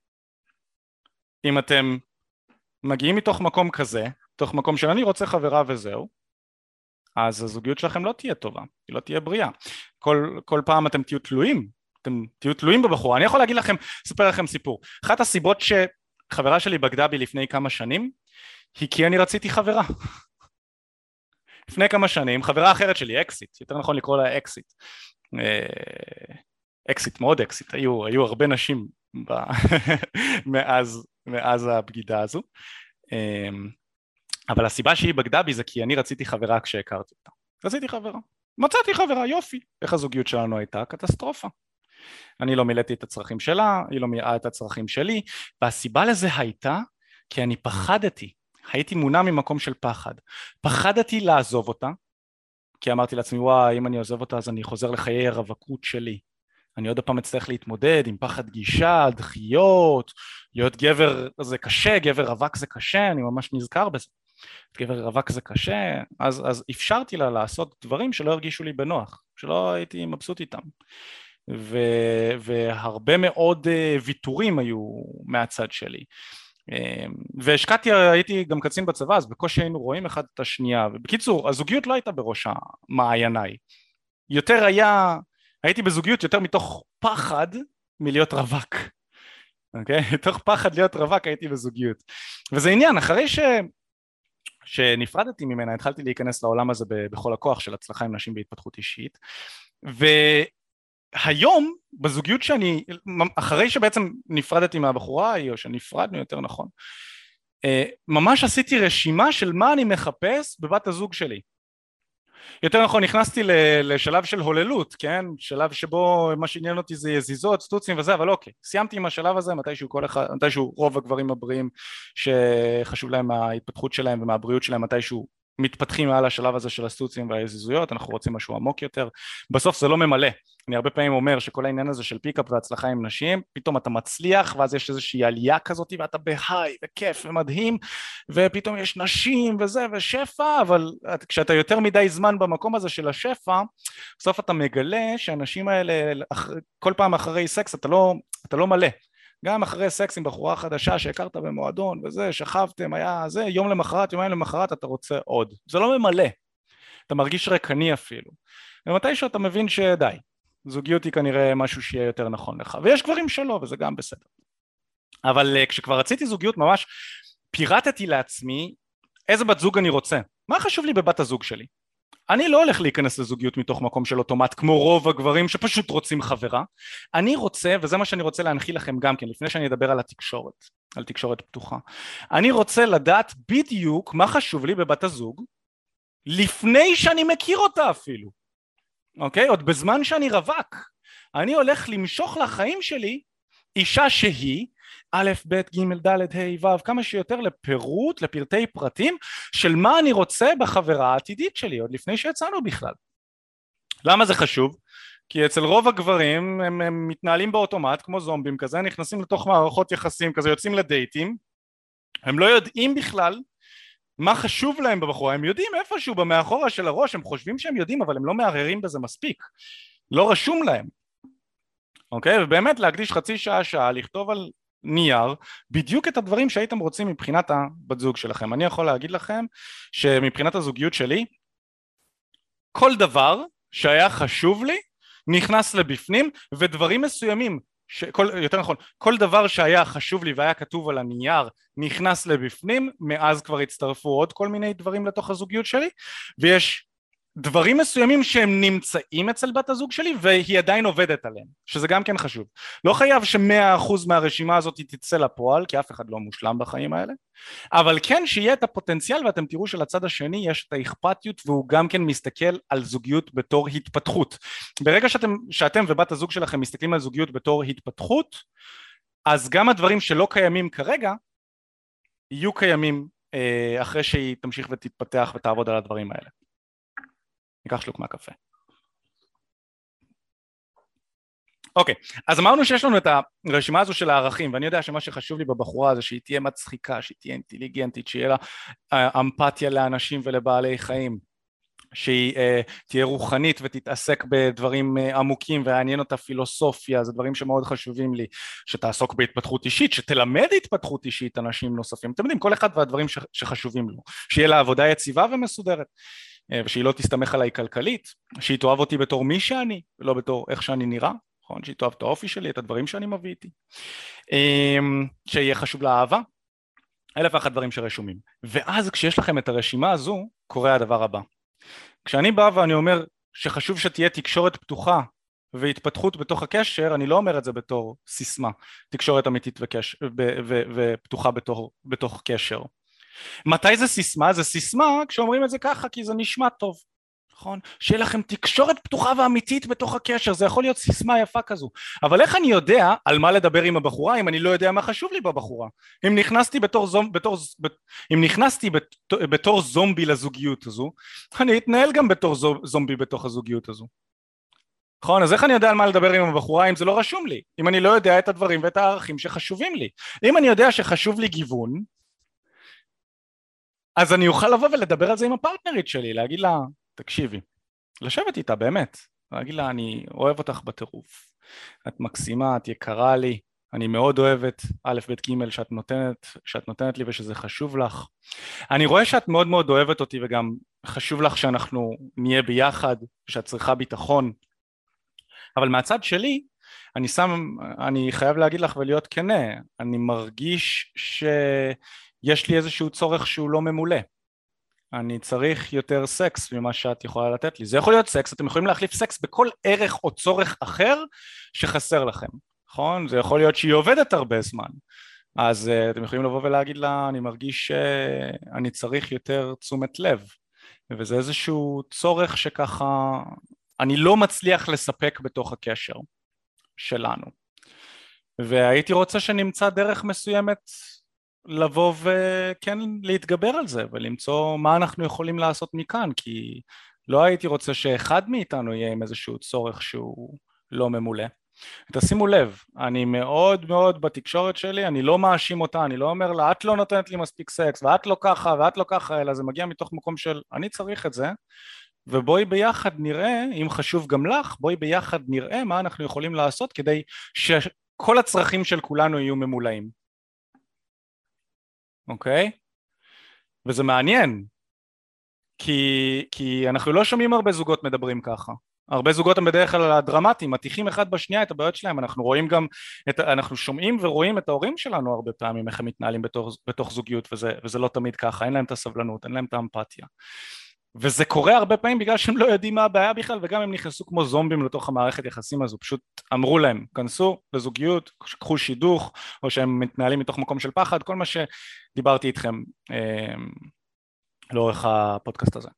אם אתם מגיעים מתוך מקום כזה, מתוך מקום של אני רוצה חברה וזהו, אז הזוגיות שלכם לא תהיה טובה, היא לא תהיה בריאה. כל, כל פעם אתם תהיו תלויים, אתם תהיו תלויים בבחורה. אני יכול להגיד לכם, אספר לכם סיפור. אחת הסיבות שחברה שלי בגדה בי לפני כמה שנים, היא כי אני רציתי חברה. לפני כמה שנים, חברה אחרת שלי, אקסיט, יותר נכון לקרוא לה אקסיט. אקסיט, מאוד אקסיט, היו, היו הרבה נשים ב... מאז, מאז הבגידה הזו. אבל הסיבה שהיא בגדה בי זה כי אני רציתי חברה כשהכרתי אותה. רציתי חברה. מצאתי חברה, יופי. איך הזוגיות שלנו הייתה? קטסטרופה. אני לא מילאתי את הצרכים שלה, היא לא מילאה את הצרכים שלי, והסיבה לזה הייתה כי אני פחדתי. הייתי מונע ממקום של פחד. פחדתי לעזוב אותה, כי אמרתי לעצמי, וואי, אם אני עוזב אותה אז אני חוזר לחיי הרווקות שלי. אני עוד הפעם אצטרך להתמודד עם פחד גישה, דחיות, להיות גבר זה קשה, גבר רווק זה קשה, אני ממש נזכר בזה. גבר רווק זה קשה, אז, אז אפשרתי לה לעשות דברים שלא הרגישו לי בנוח, שלא הייתי מבסוט איתם. ו, והרבה מאוד ויתורים היו מהצד שלי. והשקעתי, הייתי גם קצין בצבא, אז בקושי היינו רואים אחד את השנייה. ובקיצור, הזוגיות לא הייתה בראש המעייניי. יותר היה, הייתי בזוגיות יותר מתוך פחד מלהיות רווק. אוקיי? מתוך פחד להיות רווק הייתי בזוגיות. וזה עניין, אחרי ש... שנפרדתי ממנה, התחלתי להיכנס לעולם הזה בכל הכוח של הצלחה עם נשים בהתפתחות אישית. והיום, בזוגיות שאני, אחרי שבעצם נפרדתי מהבחורה, או שנפרדנו יותר נכון, ממש עשיתי רשימה של מה אני מחפש בבת הזוג שלי. יותר נכון, נכנסתי לשלב של הוללות, כן? שלב שבו מה שעניין אותי זה יזיזות, סטוצים וזה, אבל אוקיי, סיימתי עם השלב הזה, מתישהו כל אחד, מתישהו רוב הגברים הבריאים שחשוב להם מההתפתחות שלהם ומהבריאות שלהם, מתישהו מתפתחים מעל השלב הזה של הסטוצים והיזיזויות, אנחנו רוצים משהו עמוק יותר, בסוף זה לא ממלא. אני הרבה פעמים אומר שכל העניין הזה של פיקאפ והצלחה עם נשים, פתאום אתה מצליח ואז יש איזושהי עלייה כזאת ואתה בהיי וכיף ומדהים, ופתאום יש נשים וזה ושפע, אבל כשאתה יותר מדי זמן במקום הזה של השפע, בסוף אתה מגלה שהאנשים האלה כל פעם אחרי סקס אתה לא, אתה לא מלא. גם אחרי סקס עם בחורה חדשה שהכרת במועדון וזה, שכבתם, היה זה, יום למחרת, יומיים למחרת אתה רוצה עוד. זה לא ממלא. אתה מרגיש רקני אפילו. ומתי שאתה מבין שדי, זוגיות היא כנראה משהו שיהיה יותר נכון לך. ויש גברים שלא, וזה גם בסדר. אבל כשכבר רציתי זוגיות ממש, פירטתי לעצמי איזה בת זוג אני רוצה. מה חשוב לי בבת הזוג שלי? אני לא הולך להיכנס לזוגיות מתוך מקום של אוטומט, כמו רוב הגברים שפשוט רוצים חברה. אני רוצה, וזה מה שאני רוצה להנחיל לכם גם כן, לפני שאני אדבר על התקשורת, על תקשורת פתוחה. אני רוצה לדעת בדיוק מה חשוב לי בבת הזוג, לפני שאני מכיר אותה אפילו. אוקיי? עוד בזמן שאני רווק. אני הולך למשוך לחיים שלי אישה שהיא, א', ב', ג', ד', ה', ו', כמה שיותר לפירוט, לפרטי פרטים של מה אני רוצה בחברה העתידית שלי, עוד לפני שיצאנו בכלל. למה זה חשוב? כי אצל רוב הגברים הם, הם מתנהלים באוטומט כמו זומבים כזה, נכנסים לתוך מערכות יחסים כזה, יוצאים לדייטים, הם לא יודעים בכלל מה חשוב להם בבחורה, הם יודעים איפשהו במאחורה של הראש, הם חושבים שהם יודעים אבל הם לא מערערים בזה מספיק, לא רשום להם. אוקיי? ובאמת להקדיש חצי שעה שעה לכתוב על נייר בדיוק את הדברים שהייתם רוצים מבחינת הבת זוג שלכם. אני יכול להגיד לכם שמבחינת הזוגיות שלי כל דבר שהיה חשוב לי נכנס לבפנים, ודברים מסוימים שכל, יותר נכון, כל דבר שהיה חשוב לי והיה כתוב על הנייר נכנס לבפנים, מאז כבר הצטרפו עוד כל מיני דברים לתוך הזוגיות שלי, ויש דברים מסוימים שהם נמצאים אצל בת הזוג שלי והיא עדיין עובדת עליהם, שזה גם כן חשוב. לא חייב שמאה אחוז מהרשימה הזאת תצא לפועל, כי אף אחד לא מושלם בחיים האלה, אבל כן שיהיה את הפוטנציאל, ואתם תראו שלצד השני יש את האכפתיות, והוא גם כן מסתכל על זוגיות בתור התפתחות. ברגע שאתם, שאתם ובת הזוג שלכם מסתכלים על זוגיות בתור התפתחות, אז גם הדברים שלא קיימים כרגע, יהיו קיימים אה, אחרי שהיא תמשיך ותתפתח ותעבוד על הדברים האלה. ניקח שלוק מהקפה. אוקיי, אז אמרנו שיש לנו את הרשימה הזו של הערכים, ואני יודע שמה שחשוב לי בבחורה זה שהיא תהיה מצחיקה, שהיא תהיה אינטליגנטית, שיהיה לה אמפתיה לאנשים ולבעלי חיים, שהיא uh, תהיה רוחנית ותתעסק בדברים uh, עמוקים ויעניין אותה פילוסופיה, זה דברים שמאוד חשובים לי, שתעסוק בהתפתחות אישית, שתלמד התפתחות אישית אנשים נוספים, אתם יודעים, כל אחד והדברים ש- שחשובים לו, שיהיה לה עבודה יציבה ומסודרת, uh, ושהיא לא תסתמך עליי כלכלית, שהיא תאהב אותי בתור מי שאני, ולא בתור איך שאני נראה, נכון? שהיא תאהב את האופי שלי, את הדברים שאני מביא איתי, um, שיהיה חשוב לה אהבה, אלף ואחת דברים שרשומים, ואז כשיש לכם את הרשימה הזו, קורה הדבר הבא. כשאני בא ואני אומר שחשוב שתהיה תקשורת פתוחה והתפתחות בתוך הקשר, אני לא אומר את זה בתור סיסמה, תקשורת אמיתית וקש... ו... ו... ופתוחה בתוך... בתוך קשר. מתי זה סיסמה? זה סיסמה כשאומרים את זה ככה כי זה נשמע טוב, נכון? שיהיה לכם תקשורת פתוחה ואמיתית בתוך הקשר, זה יכול להיות סיסמה יפה כזו, אבל איך אני יודע על מה לדבר עם הבחורה אם אני לא יודע מה חשוב לי בבחורה? אם נכנסתי בתור, זומב, בתור, אם נכנסתי בתור, בתור זומבי לזוגיות הזו, אני אתנהל גם בתור זומבי בתוך הזוגיות הזו, נכון? אז איך אני יודע על מה לדבר עם הבחורה אם זה לא רשום לי? אם אני לא יודע את הדברים ואת הערכים שחשובים לי? אם אני יודע שחשוב לי גיוון, אז אני אוכל לבוא ולדבר על זה עם הפרטנרית שלי, להגיד לה, תקשיבי, לשבת איתה באמת, להגיד לה אני אוהב אותך בטירוף, את מקסימה, את יקרה לי, אני מאוד אוהבת א' ב' ג' שאת נותנת, שאת נותנת לי ושזה חשוב לך, אני רואה שאת מאוד מאוד אוהבת אותי וגם חשוב לך שאנחנו נהיה ביחד, שאת צריכה ביטחון, אבל מהצד שלי אני שם, אני חייב להגיד לך ולהיות כנה, אני מרגיש שיש לי איזשהו צורך שהוא לא ממולא, אני צריך יותר סקס ממה שאת יכולה לתת לי, זה יכול להיות סקס, אתם יכולים להחליף סקס בכל ערך או צורך אחר שחסר לכם, נכון? זה יכול להיות שהיא עובדת הרבה זמן, אז uh, אתם יכולים לבוא ולהגיד לה, אני מרגיש שאני צריך יותר תשומת לב, וזה איזשהו צורך שככה אני לא מצליח לספק בתוך הקשר שלנו, והייתי רוצה שנמצא דרך מסוימת לבוא וכן להתגבר על זה ולמצוא מה אנחנו יכולים לעשות מכאן, כי לא הייתי רוצה שאחד מאיתנו יהיה עם איזשהו צורך שהוא לא ממולא. תשימו לב, אני מאוד מאוד בתקשורת שלי, אני לא מאשים אותה, אני לא אומר לה את לא נותנת לי מספיק סקס ואת לא ככה ואת לא ככה, אלא זה מגיע מתוך מקום של אני צריך את זה, ובואי ביחד נראה, אם חשוב גם לך, בואי ביחד נראה מה אנחנו יכולים לעשות כדי שכל הצרכים של כולנו יהיו ממולאים. אוקיי? וזה מעניין, כי, כי אנחנו לא שומעים הרבה זוגות מדברים ככה, הרבה זוגות הם בדרך כלל הדרמטיים, מתיחים אחד בשנייה את הבעיות שלהם, אנחנו רואים גם, את, אנחנו שומעים ורואים את ההורים שלנו הרבה פעמים איך הם מתנהלים בתוך, בתוך זוגיות, וזה, וזה לא תמיד ככה, אין להם את הסבלנות, אין להם את האמפתיה, וזה קורה הרבה פעמים בגלל שהם לא יודעים מה הבעיה בכלל, וגם הם נכנסו כמו זומבים לתוך המערכת יחסים הזו, פשוט אמרו להם, כנסו לזוגיות, קחו שידוך, או שהם מתנהלים מתוך מקום של פחד, כל מה שדיברתי איתכם אה, לאורך הפודקאסט הזה.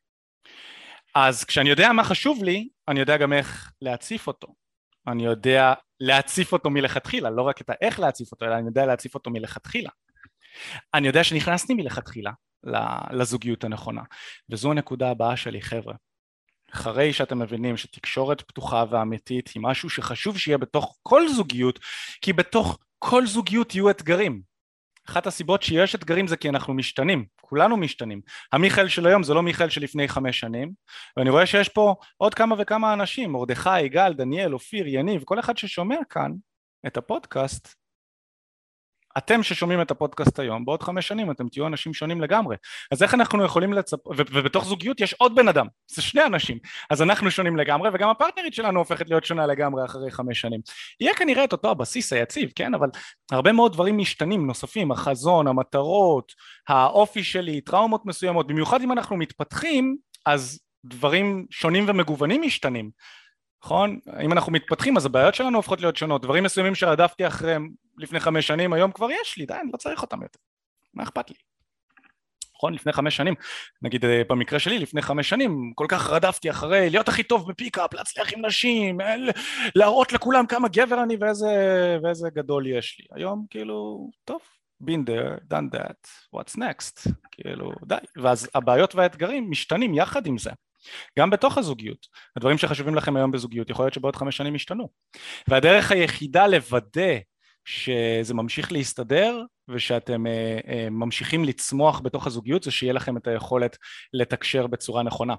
אז כשאני יודע מה חשוב לי, אני יודע גם איך להציף אותו, אני יודע להציף אותו מלכתחילה, לא רק את האיך להציף אותו, אלא אני יודע להציף אותו מלכתחילה, אני יודע שנכנסתי מלכתחילה, לזוגיות הנכונה, וזו הנקודה הבאה שלי חבר'ה, אחרי שאתם מבינים שתקשורת פתוחה ואמיתית היא משהו שחשוב שיהיה בתוך כל זוגיות, כי בתוך כל זוגיות יהיו אתגרים, אחת הסיבות שיש אתגרים זה כי אנחנו משתנים, כולנו משתנים, המיכאל של היום זה לא מיכאל של לפני חמש שנים, ואני רואה שיש פה עוד כמה וכמה אנשים, מרדכי, יגאל, דניאל, אופיר, יניב, כל אחד ששומע כאן את הפודקאסט, אתם ששומעים את הפודקאסט היום, בעוד חמש שנים אתם תהיו אנשים שונים לגמרי, אז איך אנחנו יכולים לצפ... ו- ובתוך זוגיות יש עוד בן אדם, זה שני אנשים, אז אנחנו שונים לגמרי, וגם הפרטנרית שלנו הופכת להיות שונה לגמרי אחרי חמש שנים, יהיה כנראה את אותו הבסיס היציב, כן, אבל הרבה מאוד דברים משתנים נוספים, החזון, המטרות, האופי שלי, טראומות מסוימות, במיוחד אם אנחנו מתפתחים, אז דברים שונים ומגוונים משתנים, נכון? אם אנחנו מתפתחים אז הבעיות שלנו הופכות להיות שונות, דברים מסוימים שרדפתי אחריהם לפני חמש שנים, היום כבר יש לי, די, אני לא צריך אותם יותר, מה אכפת לי? נכון, לפני חמש שנים, נגיד במקרה שלי, לפני חמש שנים, כל כך רדפתי אחרי להיות הכי טוב בפיקאפ, להצליח עם נשים, להראות לכולם כמה גבר אני ואיזה, ואיזה גדול יש לי, היום כאילו, טוב, been there, done that, what's next, כאילו, די, ואז הבעיות והאתגרים משתנים יחד עם זה, גם בתוך הזוגיות. הדברים שחשובים לכם היום בזוגיות יכול להיות שבעוד חמש שנים ישתנו. והדרך היחידה לוודא שזה ממשיך להסתדר ושאתם אה, אה, ממשיכים לצמוח בתוך הזוגיות זה שיהיה לכם את היכולת לתקשר בצורה נכונה.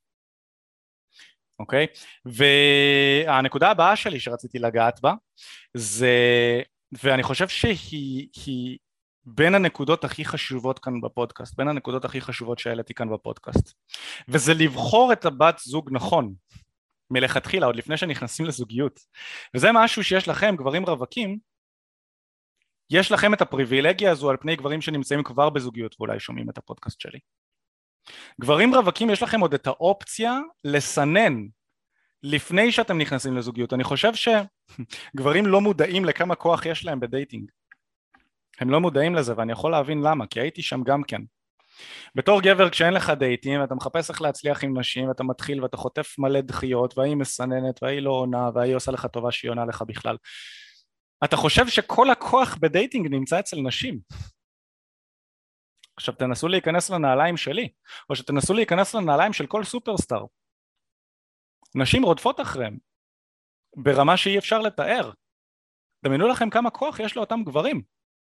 אוקיי? והנקודה הבאה שלי שרציתי לגעת בה זה, ואני חושב שהיא היא בין הנקודות הכי חשובות כאן בפודקאסט, בין הנקודות הכי חשובות שהעליתי כאן בפודקאסט, וזה לבחור את הבת זוג נכון מלכתחילה עוד לפני שנכנסים לזוגיות. וזה משהו שיש לכם גברים רווקים, יש לכם את הפריבילגיה הזו על פני גברים שנמצאים כבר בזוגיות ואולי שומעים את הפודקאסט שלי. גברים רווקים יש לכם עוד את האופציה לסנן לפני שאתם נכנסים לזוגיות. אני חושב שגברים לא מודעים לכמה כוח יש להם בדייטינג. הם לא מודעים לזה ואני יכול להבין למה, כי הייתי שם גם כן. בתור גבר כשאין לך דייטים ואתה מחפש איך להצליח עם נשים ואתה מתחיל ואתה חוטף מלא דחיות והיא מסננת והיא לא עונה והיא עושה לך טובה שהיא עונה לך בכלל. אתה חושב שכל הכוח בדייטינג נמצא אצל נשים. עכשיו תנסו להיכנס לנעליים שלי, או שתנסו להיכנס לנעליים של כל סופרסטאר. נשים רודפות אחריהם, ברמה שאי אפשר לתאר. דמיינו לכם כמה כוח יש לאותם גברים.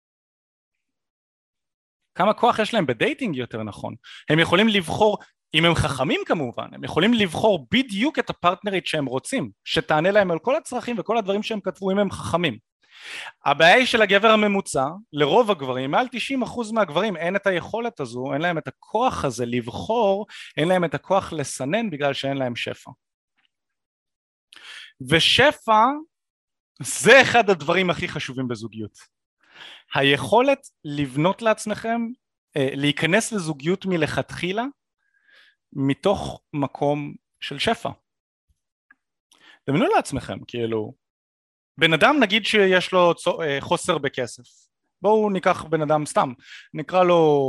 כמה כוח יש להם בדייטינג יותר נכון. הם יכולים לבחור, אם הם חכמים כמובן, הם יכולים לבחור בדיוק את הפרטנרית שהם רוצים, שתענה להם על כל הצרכים וכל הדברים שהם כתבו אם הם חכמים. הבעיה היא של הגבר הממוצע, לרוב הגברים, מעל תשעים אחוז מהגברים אין את היכולת הזו, אין להם את הכוח הזה לבחור, אין להם את הכוח לסנן בגלל שאין להם שפע. ושפע זה אחד הדברים הכי חשובים בזוגיות. היכולת לבנות לעצמכם, להיכנס לזוגיות מלכתחילה, מתוך מקום של שפע. דמיינו לעצמכם, כאילו, בן אדם נגיד שיש לו חוסר בכסף, בואו ניקח בן אדם סתם, נקרא לו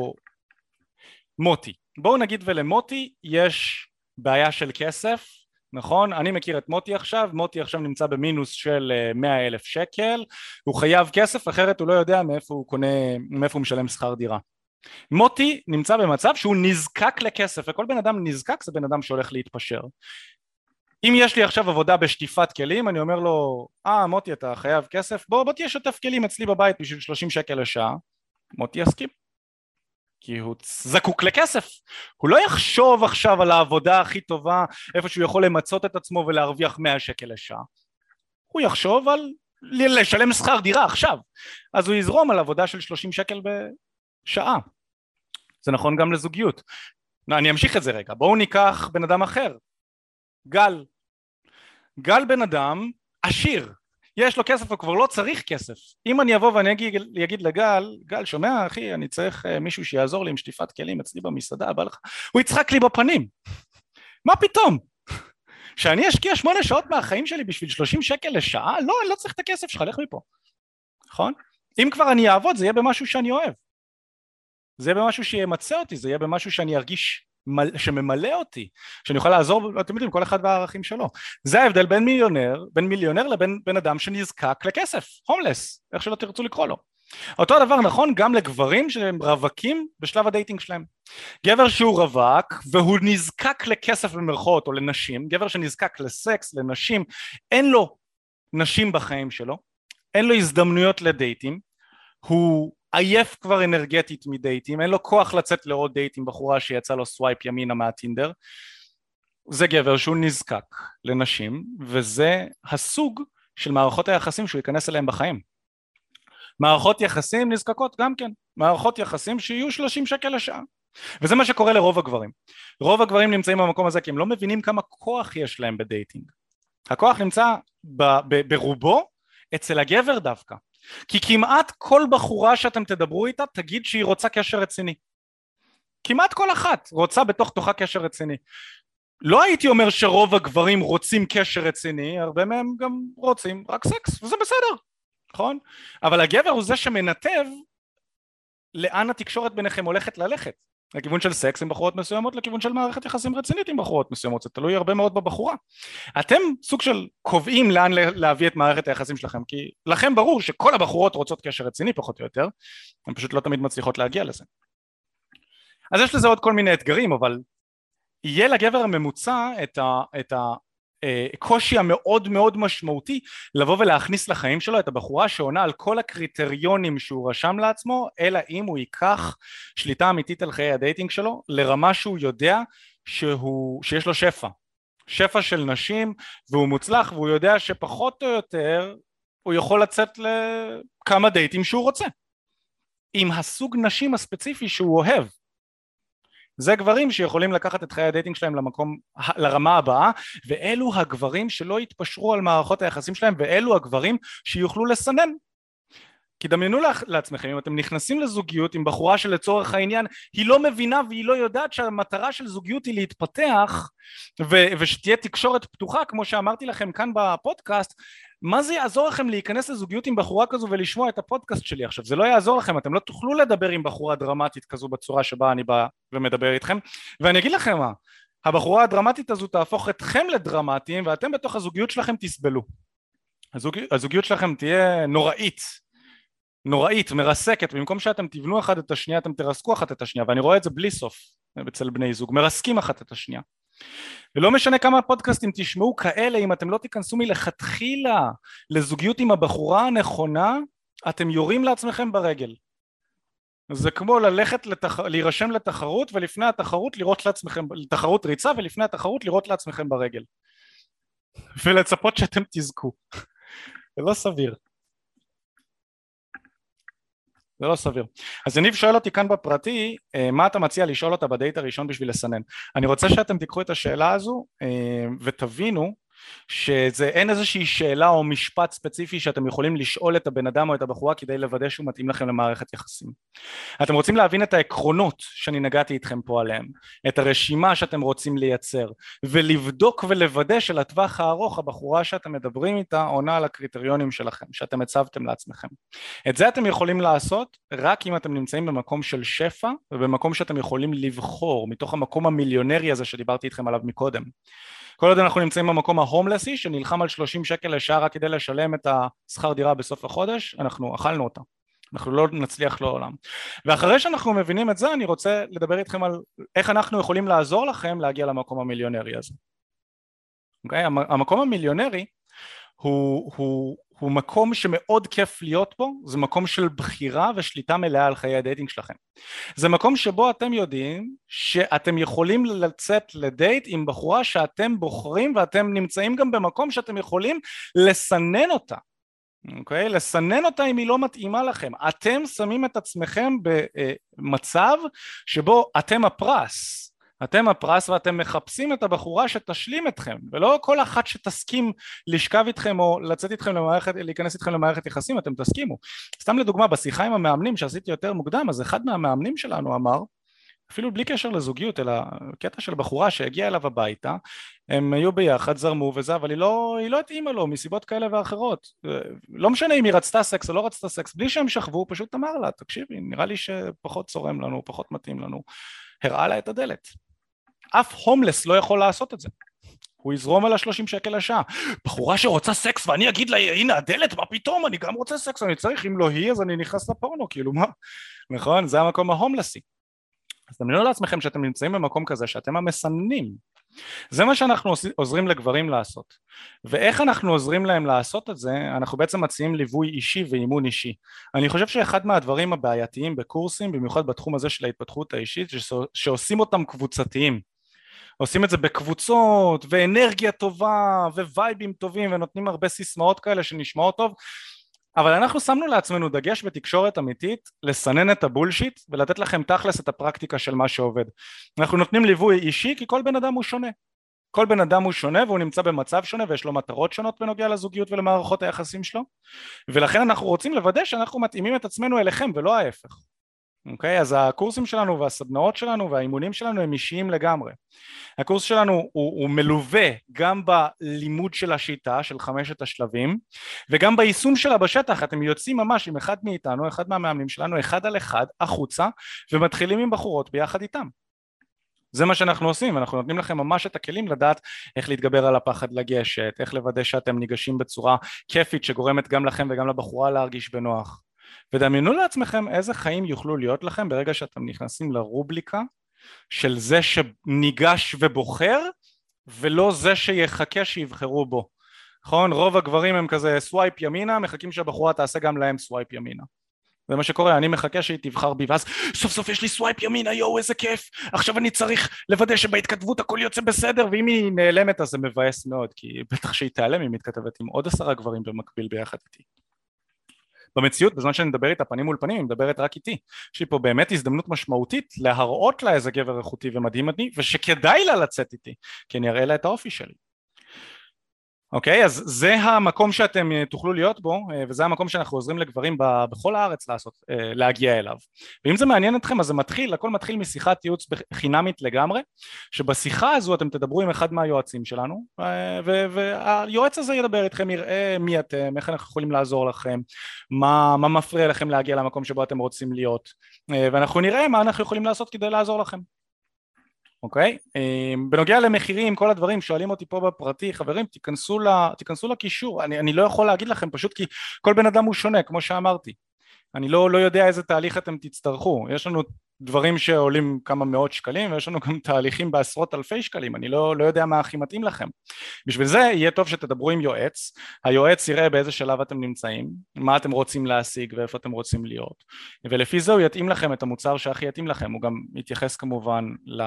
מוטי, בואו נגיד ולמוטי יש בעיה של כסף, נכון? אני מכיר את מוטי עכשיו, מוטי עכשיו נמצא במינוס של מאה אלף שקל, הוא חייב כסף אחרת הוא לא יודע מאיפה הוא קונה, מאיפה הוא משלם שכר דירה. מוטי נמצא במצב שהוא נזקק לכסף, וכל בן אדם נזקק זה בן אדם שהולך להתפשר. אם יש לי עכשיו עבודה בשטיפת כלים, אני אומר לו, אה מוטי אתה חייב כסף, בוא בוא תהיה שוטף כלים אצלי בבית בשביל שלושים שקל לשעה, מוטי יסכים, כי הוא זקוק לכסף, הוא לא יחשוב עכשיו על העבודה הכי טובה, איפה שהוא יכול למצות את עצמו ולהרוויח מאה שקל לשעה, הוא יחשוב על לשלם שכר דירה עכשיו, אז הוא יזרום על עבודה של שלושים שקל בשעה. זה נכון גם לזוגיות. אני אמשיך את זה רגע, בואו ניקח בן אדם אחר, גל. גל בן אדם עשיר, יש לו כסף, הוא כבר לא צריך כסף. אם אני אבוא ואני אגיד, אגיד לגל, גל שומע אחי אני צריך מישהו שיעזור לי עם שטיפת כלים אצלי במסעדה, בא לך, הוא יצחק לי בפנים, מה פתאום? שאני אשקיע שמונה שעות מהחיים שלי בשביל שלושים שקל לשעה? לא, אני לא צריך את הכסף שלך, לך מפה. נכון? אם כבר אני אעבוד זה יהיה במשהו שאני אוהב, זה יהיה במשהו שימצא אותי, זה יהיה במשהו שאני ארגיש שממלא אותי, שאני יכול לעזור, אתם יודעים, כל אחד והערכים שלו. זה ההבדל בין מיליונר, בין מיליונר לבין בן אדם שנזקק לכסף, הומלס, איך שלא תרצו לקרוא לו. אותו הדבר נכון גם לגברים שהם רווקים בשלב הדייטינג שלהם. גבר שהוא רווק והוא נזקק לכסף במרכאות או לנשים, גבר שנזקק לסקס, לנשים, אין לו נשים בחיים שלו, אין לו הזדמנויות לדייטים, הוא עייף כבר אנרגטית מדייטים, אין לו כוח לצאת לעוד דייטים, בחורה שיצא לו סווייפ ימינה מהטינדר, זה גבר שהוא נזקק לנשים, וזה הסוג של מערכות היחסים שהוא ייכנס אליהם בחיים. מערכות יחסים נזקקות גם כן, מערכות יחסים שיהיו שלושים שקל לשעה, וזה מה שקורה לרוב הגברים. רוב הגברים נמצאים במקום הזה כי הם לא מבינים כמה כוח יש להם בדייטינג. הכוח נמצא ב- ב- ברובו אצל הגבר דווקא, כי כמעט כל בחורה שאתם תדברו איתה תגיד שהיא רוצה קשר רציני, כמעט כל אחת רוצה בתוך תוכה קשר רציני. לא הייתי אומר שרוב הגברים רוצים קשר רציני, הרבה מהם גם רוצים רק סקס, וזה בסדר, נכון? אבל הגבר הוא זה שמנתב לאן התקשורת ביניכם הולכת ללכת, לכיוון של סקס עם בחורות מסוימות, לכיוון של מערכת יחסים רצינית עם בחורות מסוימות, זה תלוי הרבה מאוד בבחורה. אתם סוג של קובעים לאן להביא את מערכת היחסים שלכם, כי לכם ברור שכל הבחורות רוצות קשר רציני פחות או יותר, הן פשוט לא תמיד מצליחות להגיע לזה. אז יש לזה עוד כל מיני אתגרים, אבל יהיה לגבר הממוצע את ה... את ה קושי המאוד מאוד משמעותי לבוא ולהכניס לחיים שלו את הבחורה שעונה על כל הקריטריונים שהוא רשם לעצמו, אלא אם הוא ייקח שליטה אמיתית על חיי הדייטינג שלו לרמה שהוא יודע שהוא, שיש לו שפע, שפע של נשים, והוא מוצלח, והוא יודע שפחות או יותר הוא יכול לצאת לכמה דייטים שהוא רוצה עם הסוג נשים הספציפי שהוא אוהב. זה גברים שיכולים לקחת את חיי הדייטינג שלהם למקום, לרמה הבאה, ואלו הגברים שלא יתפשרו על מערכות היחסים שלהם, ואלו הגברים שיוכלו לסנן. כי דמיינו לעצמכם, אם אתם נכנסים לזוגיות עם בחורה שלצורך העניין היא לא מבינה והיא לא יודעת שהמטרה של זוגיות היא להתפתח ו- ושתהיה תקשורת פתוחה, כמו שאמרתי לכם כאן בפודקאסט, מה זה יעזור לכם להיכנס לזוגיות עם בחורה כזו ולשמוע את הפודקאסט שלי עכשיו? זה לא יעזור לכם, אתם לא תוכלו לדבר עם בחורה דרמטית כזו בצורה שבה אני בא ומדבר איתכם, ואני אגיד לכם מה, הבחורה הדרמטית הזו תהפוך אתכם לדרמטיים ואתם בתוך הזוגיות שלכם תסבלו. הזוג... הזוגיות שלכם תהיה נוראית, נוראית, מרסקת, במקום שאתם תבנו אחד את השנייה אתם תרסקו אחת את השנייה, ואני רואה את זה בלי סוף אצל בני זוג, מרסקים אחת את השנייה. ולא משנה כמה פודקאסטים תשמעו כאלה, אם אתם לא תיכנסו מלכתחילה לזוגיות עם הבחורה הנכונה, אתם יורים לעצמכם ברגל. זה כמו ללכת לתח... להירשם לתחרות ולפני התחרות לראות לעצמכם, לתחרות ריצה ולפני התחרות לראות לעצמכם ברגל ולצפות שאתם תזכו. זה לא סביר, זה לא סביר. אז יניב שואל אותי כאן בפרטי, מה אתה מציע לשאול אותה בדייט הראשון בשביל לסנן? אני רוצה שאתם תיקחו את השאלה הזו ותבינו שזה אין איזושהי שאלה או משפט ספציפי שאתם יכולים לשאול את הבן אדם או את הבחורה כדי לוודא שהוא מתאים לכם למערכת יחסים. אתם רוצים להבין את העקרונות שאני נגעתי איתכם פה עליהם, את הרשימה שאתם רוצים לייצר, ולבדוק ולוודא שלטווח הארוך הבחורה שאתם מדברים איתה עונה על הקריטריונים שלכם, שאתם הצבתם לעצמכם. את זה אתם יכולים לעשות רק אם אתם נמצאים במקום של שפע, ובמקום שאתם יכולים לבחור מתוך המקום המיליונרי הזה שדיברתי איתכם עליו מקודם. כל עוד אנחנו נמצאים במקום ההומלסי שנלחם על שלושים שקל לשעה רק כדי לשלם את השכר דירה בסוף החודש, אנחנו אכלנו אותה, אנחנו לא נצליח לעולם. ואחרי שאנחנו מבינים את זה אני רוצה לדבר איתכם על איך אנחנו יכולים לעזור לכם להגיע למקום המיליונרי הזה. Okay? המקום המיליונרי הוא, הוא, הוא מקום שמאוד כיף להיות בו, זה מקום של בחירה ושליטה מלאה על חיי הדייטינג שלכם. זה מקום שבו אתם יודעים שאתם יכולים לצאת לדייט עם בחורה שאתם בוחרים, ואתם נמצאים גם במקום שאתם יכולים לסנן אותה. אוקיי? לסנן אותה אם היא לא מתאימה לכם. אתם שמים את עצמכם במצב שבו אתם הפרס. אתם הפרס ואתם מחפשים את הבחורה שתשלים אתכם, ולא כל אחת שתסכים לשכב איתכם או לצאת איתכם למערכת, להיכנס איתכם למערכת יחסים, אתם תסכימו. סתם לדוגמה, בשיחה עם המאמנים שעשיתי יותר מוקדם, אז אחד מהמאמנים שלנו אמר, אפילו בלי קשר לזוגיות, אלא קטע של בחורה שהגיעה אליו הביתה, הם היו ביחד, זרמו וזה, אבל היא לא, היא לא התאימה לו מסיבות כאלה ואחרות. לא משנה אם היא רצתה סקס או לא רצתה סקס, בלי שהם שכבו, הוא פשוט אמר לה, תקשיבי, נראה לי שפחות צורם לנו, פחות מתאים לנו. הראה לה את הדלת. אף הומלס לא יכול לעשות את זה, הוא יזרום על השלושים שקל לשעה. בחורה שרוצה סקס ואני אגיד לה הנה הדלת, מה פתאום, אני גם רוצה סקס, אני צריך, אם לא היא אז אני נכנס לפורנו, כאילו מה, נכון? זה המקום ההומלסי. אז תדמיינו לעצמכם שאתם נמצאים במקום כזה שאתם המסננים. זה מה שאנחנו עוזרים לגברים לעשות. ואיך אנחנו עוזרים להם לעשות את זה? אנחנו בעצם מציעים ליווי אישי ואימון אישי. אני חושב שאחד מהדברים הבעייתיים בקורסים, במיוחד בתחום הזה של ההתפתחות האישית, שעושים אותם קבוצתיים. עושים את זה בקבוצות ואנרגיה טובה ווייבים טובים ונותנים הרבה סיסמאות כאלה שנשמעות טוב, אבל אנחנו שמנו לעצמנו דגש בתקשורת אמיתית לסנן את הבולשיט ולתת לכם תכלס את הפרקטיקה של מה שעובד. אנחנו נותנים ליווי אישי כי כל בן אדם הוא שונה, כל בן אדם הוא שונה והוא נמצא במצב שונה ויש לו מטרות שונות בנוגע לזוגיות ולמערכות היחסים שלו, ולכן אנחנו רוצים לוודא שאנחנו מתאימים את עצמנו אליכם ולא ההפך. אוקיי, אז הקורסים שלנו והסדנאות שלנו והאימונים שלנו הם אישיים לגמרי. הקורס שלנו הוא, הוא מלווה גם בלימוד של השיטה של חמשת השלבים וגם ביישום שלה בשטח. אתם יוצאים ממש עם אחד מאיתנו, אחד מהמאמנים שלנו, אחד על אחד החוצה ומתחילים עם בחורות ביחד איתם. זה מה שאנחנו עושים, אנחנו נותנים לכם ממש את הכלים לדעת איך להתגבר על הפחד לגשת, איך לוודא שאתם ניגשים בצורה כיפית שגורמת גם לכם וגם לבחורה להרגיש בנוח. ודמיינו לעצמכם איזה חיים יוכלו להיות לכם ברגע שאתם נכנסים לרובליקה של זה שניגש ובוחר, ולא זה שיחכה שיבחרו בו. נכון? רוב הגברים הם כזה סווייפ ימינה, מחכים שהבחורה תעשה גם להם סווייפ ימינה. זה מה שקורה, אני מחכה שהיא תבחר בי, ואז סוף סוף יש לי סווייפ ימינה, יואו איזה כיף, עכשיו אני צריך לוודא שבהתכתבות הכל יוצא בסדר, ואם היא נעלמת אז זה מבאס מאוד, כי בטח שהיא תיעלם, היא מתכתבת עם עוד עשרה גברים במקביל ביחד איתי. במציאות, בזמן שאני מדבר איתה פנים מול פנים, היא מדברת רק איתי. יש לי פה באמת הזדמנות משמעותית להראות לה איזה גבר איכותי ומדהים מדהים, ושכדאי לה לצאת איתי, כי אני אראה לה את האופי שלי. אוקיי, אז זה המקום שאתם תוכלו להיות בו, וזה המקום שאנחנו עוזרים לגברים בכל הארץ לעשות, להגיע אליו. ואם זה מעניין אתכם, אז זה מתחיל, הכל מתחיל משיחת ייעוץ חינמית לגמרי, שבשיחה הזו אתם תדברו עם אחד מהיועצים שלנו, והיועץ הזה ידבר איתכם, יראה מי אתם, איך אנחנו יכולים לעזור לכם, מה, מה מפריע לכם להגיע למקום שבו אתם רוצים להיות, ואנחנו נראה מה אנחנו יכולים לעשות כדי לעזור לכם. אוקיי? בנוגע למחירים, כל הדברים, שואלים אותי פה בפרטי, חברים, תיכנסו, ל, תיכנסו לקישור, אני, אני לא יכול להגיד לכם, פשוט כי כל בן אדם הוא שונה, כמו שאמרתי. אני לא, לא יודע איזה תהליך אתם תצטרכו, יש לנו דברים שעולים כמה מאות שקלים, ויש לנו גם תהליכים בעשרות אלפי שקלים, אני לא, לא יודע מה הכי מתאים לכם. בשביל זה יהיה טוב שתדברו עם יועץ, היועץ יראה באיזה שלב אתם נמצאים, מה אתם רוצים להשיג ואיפה אתם רוצים להיות, ולפי זה הוא יתאים לכם את המוצר שהכי יתאים לכם, הוא גם יתייחס כמובן ל...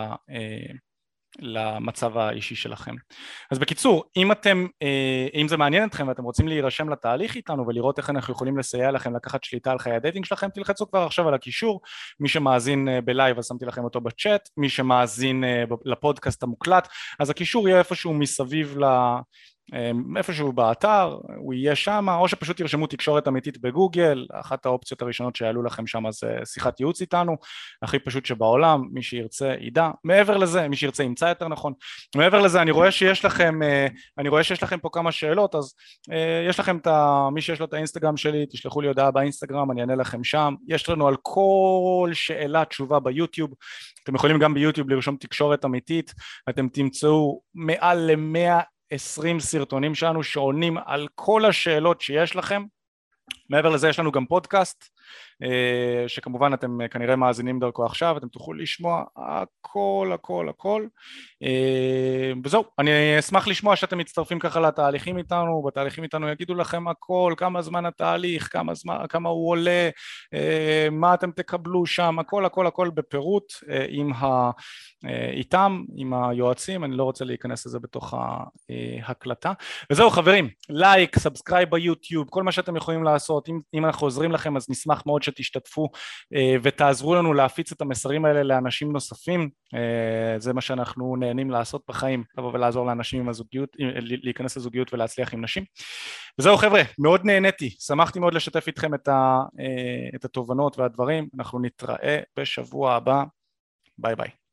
למצב האישי שלכם. אז בקיצור, אם אתם, אם זה מעניין אתכם ואתם רוצים להירשם לתהליך איתנו ולראות איך אנחנו יכולים לסייע לכם לקחת שליטה על חיי הדייטינג שלכם, תלחצו כבר עכשיו על הקישור, מי שמאזין בלייב אז שמתי לכם אותו בצ'אט, מי שמאזין לפודקאסט המוקלט, אז הקישור יהיה איפשהו מסביב ל... איפשהו באתר, הוא יהיה שם, או שפשוט תרשמו תקשורת אמיתית בגוגל, אחת האופציות הראשונות שיעלו לכם שם זה שיחת ייעוץ איתנו, הכי פשוט שבעולם, מי שירצה ידע, מעבר לזה, מי שירצה ימצא יותר נכון, מעבר לזה אני רואה שיש לכם, אני רואה שיש לכם פה כמה שאלות, אז יש לכם את ה... מי שיש לו את האינסטגרם שלי, תשלחו לי הודעה באינסטגרם, אני אענה לכם שם, יש לנו על כל שאלה תשובה ביוטיוב, אתם יכולים גם ביוטיוב לרשום תקשורת אמיתית, אתם תמצאו מעל ל-מאה עשרים סרטונים שלנו שעונים על כל השאלות שיש לכם. מעבר לזה יש לנו גם פודקאסט שכמובן אתם כנראה מאזינים דרכו עכשיו, אתם תוכלו לשמוע הכל הכל הכל, וזהו, אני אשמח לשמוע שאתם מצטרפים ככה לתהליכים איתנו, בתהליכים איתנו יגידו לכם הכל, כמה זמן התהליך, כמה זמן, כמה הוא עולה, מה אתם תקבלו שם, הכל הכל הכל בפירוט עם ה... איתם, עם היועצים, אני לא רוצה להיכנס לזה בתוך ההקלטה. וזהו חברים, לייק, סאבסקרייב ביוטיוב, כל מה שאתם יכולים לעשות, אם, אם אנחנו עוזרים לכם אז נשמח מאוד שתשתתפו ותעזרו לנו להפיץ את המסרים האלה לאנשים נוספים, זה מה שאנחנו נהנים לעשות בחיים, לבוא ולעזור לאנשים עם הזוגיות, להיכנס לזוגיות ולהצליח עם נשים. וזהו חבר'ה, מאוד נהניתי, שמחתי מאוד לשתף איתכם את, ה, את התובנות והדברים, אנחנו נתראה בשבוע הבא, ביי ביי.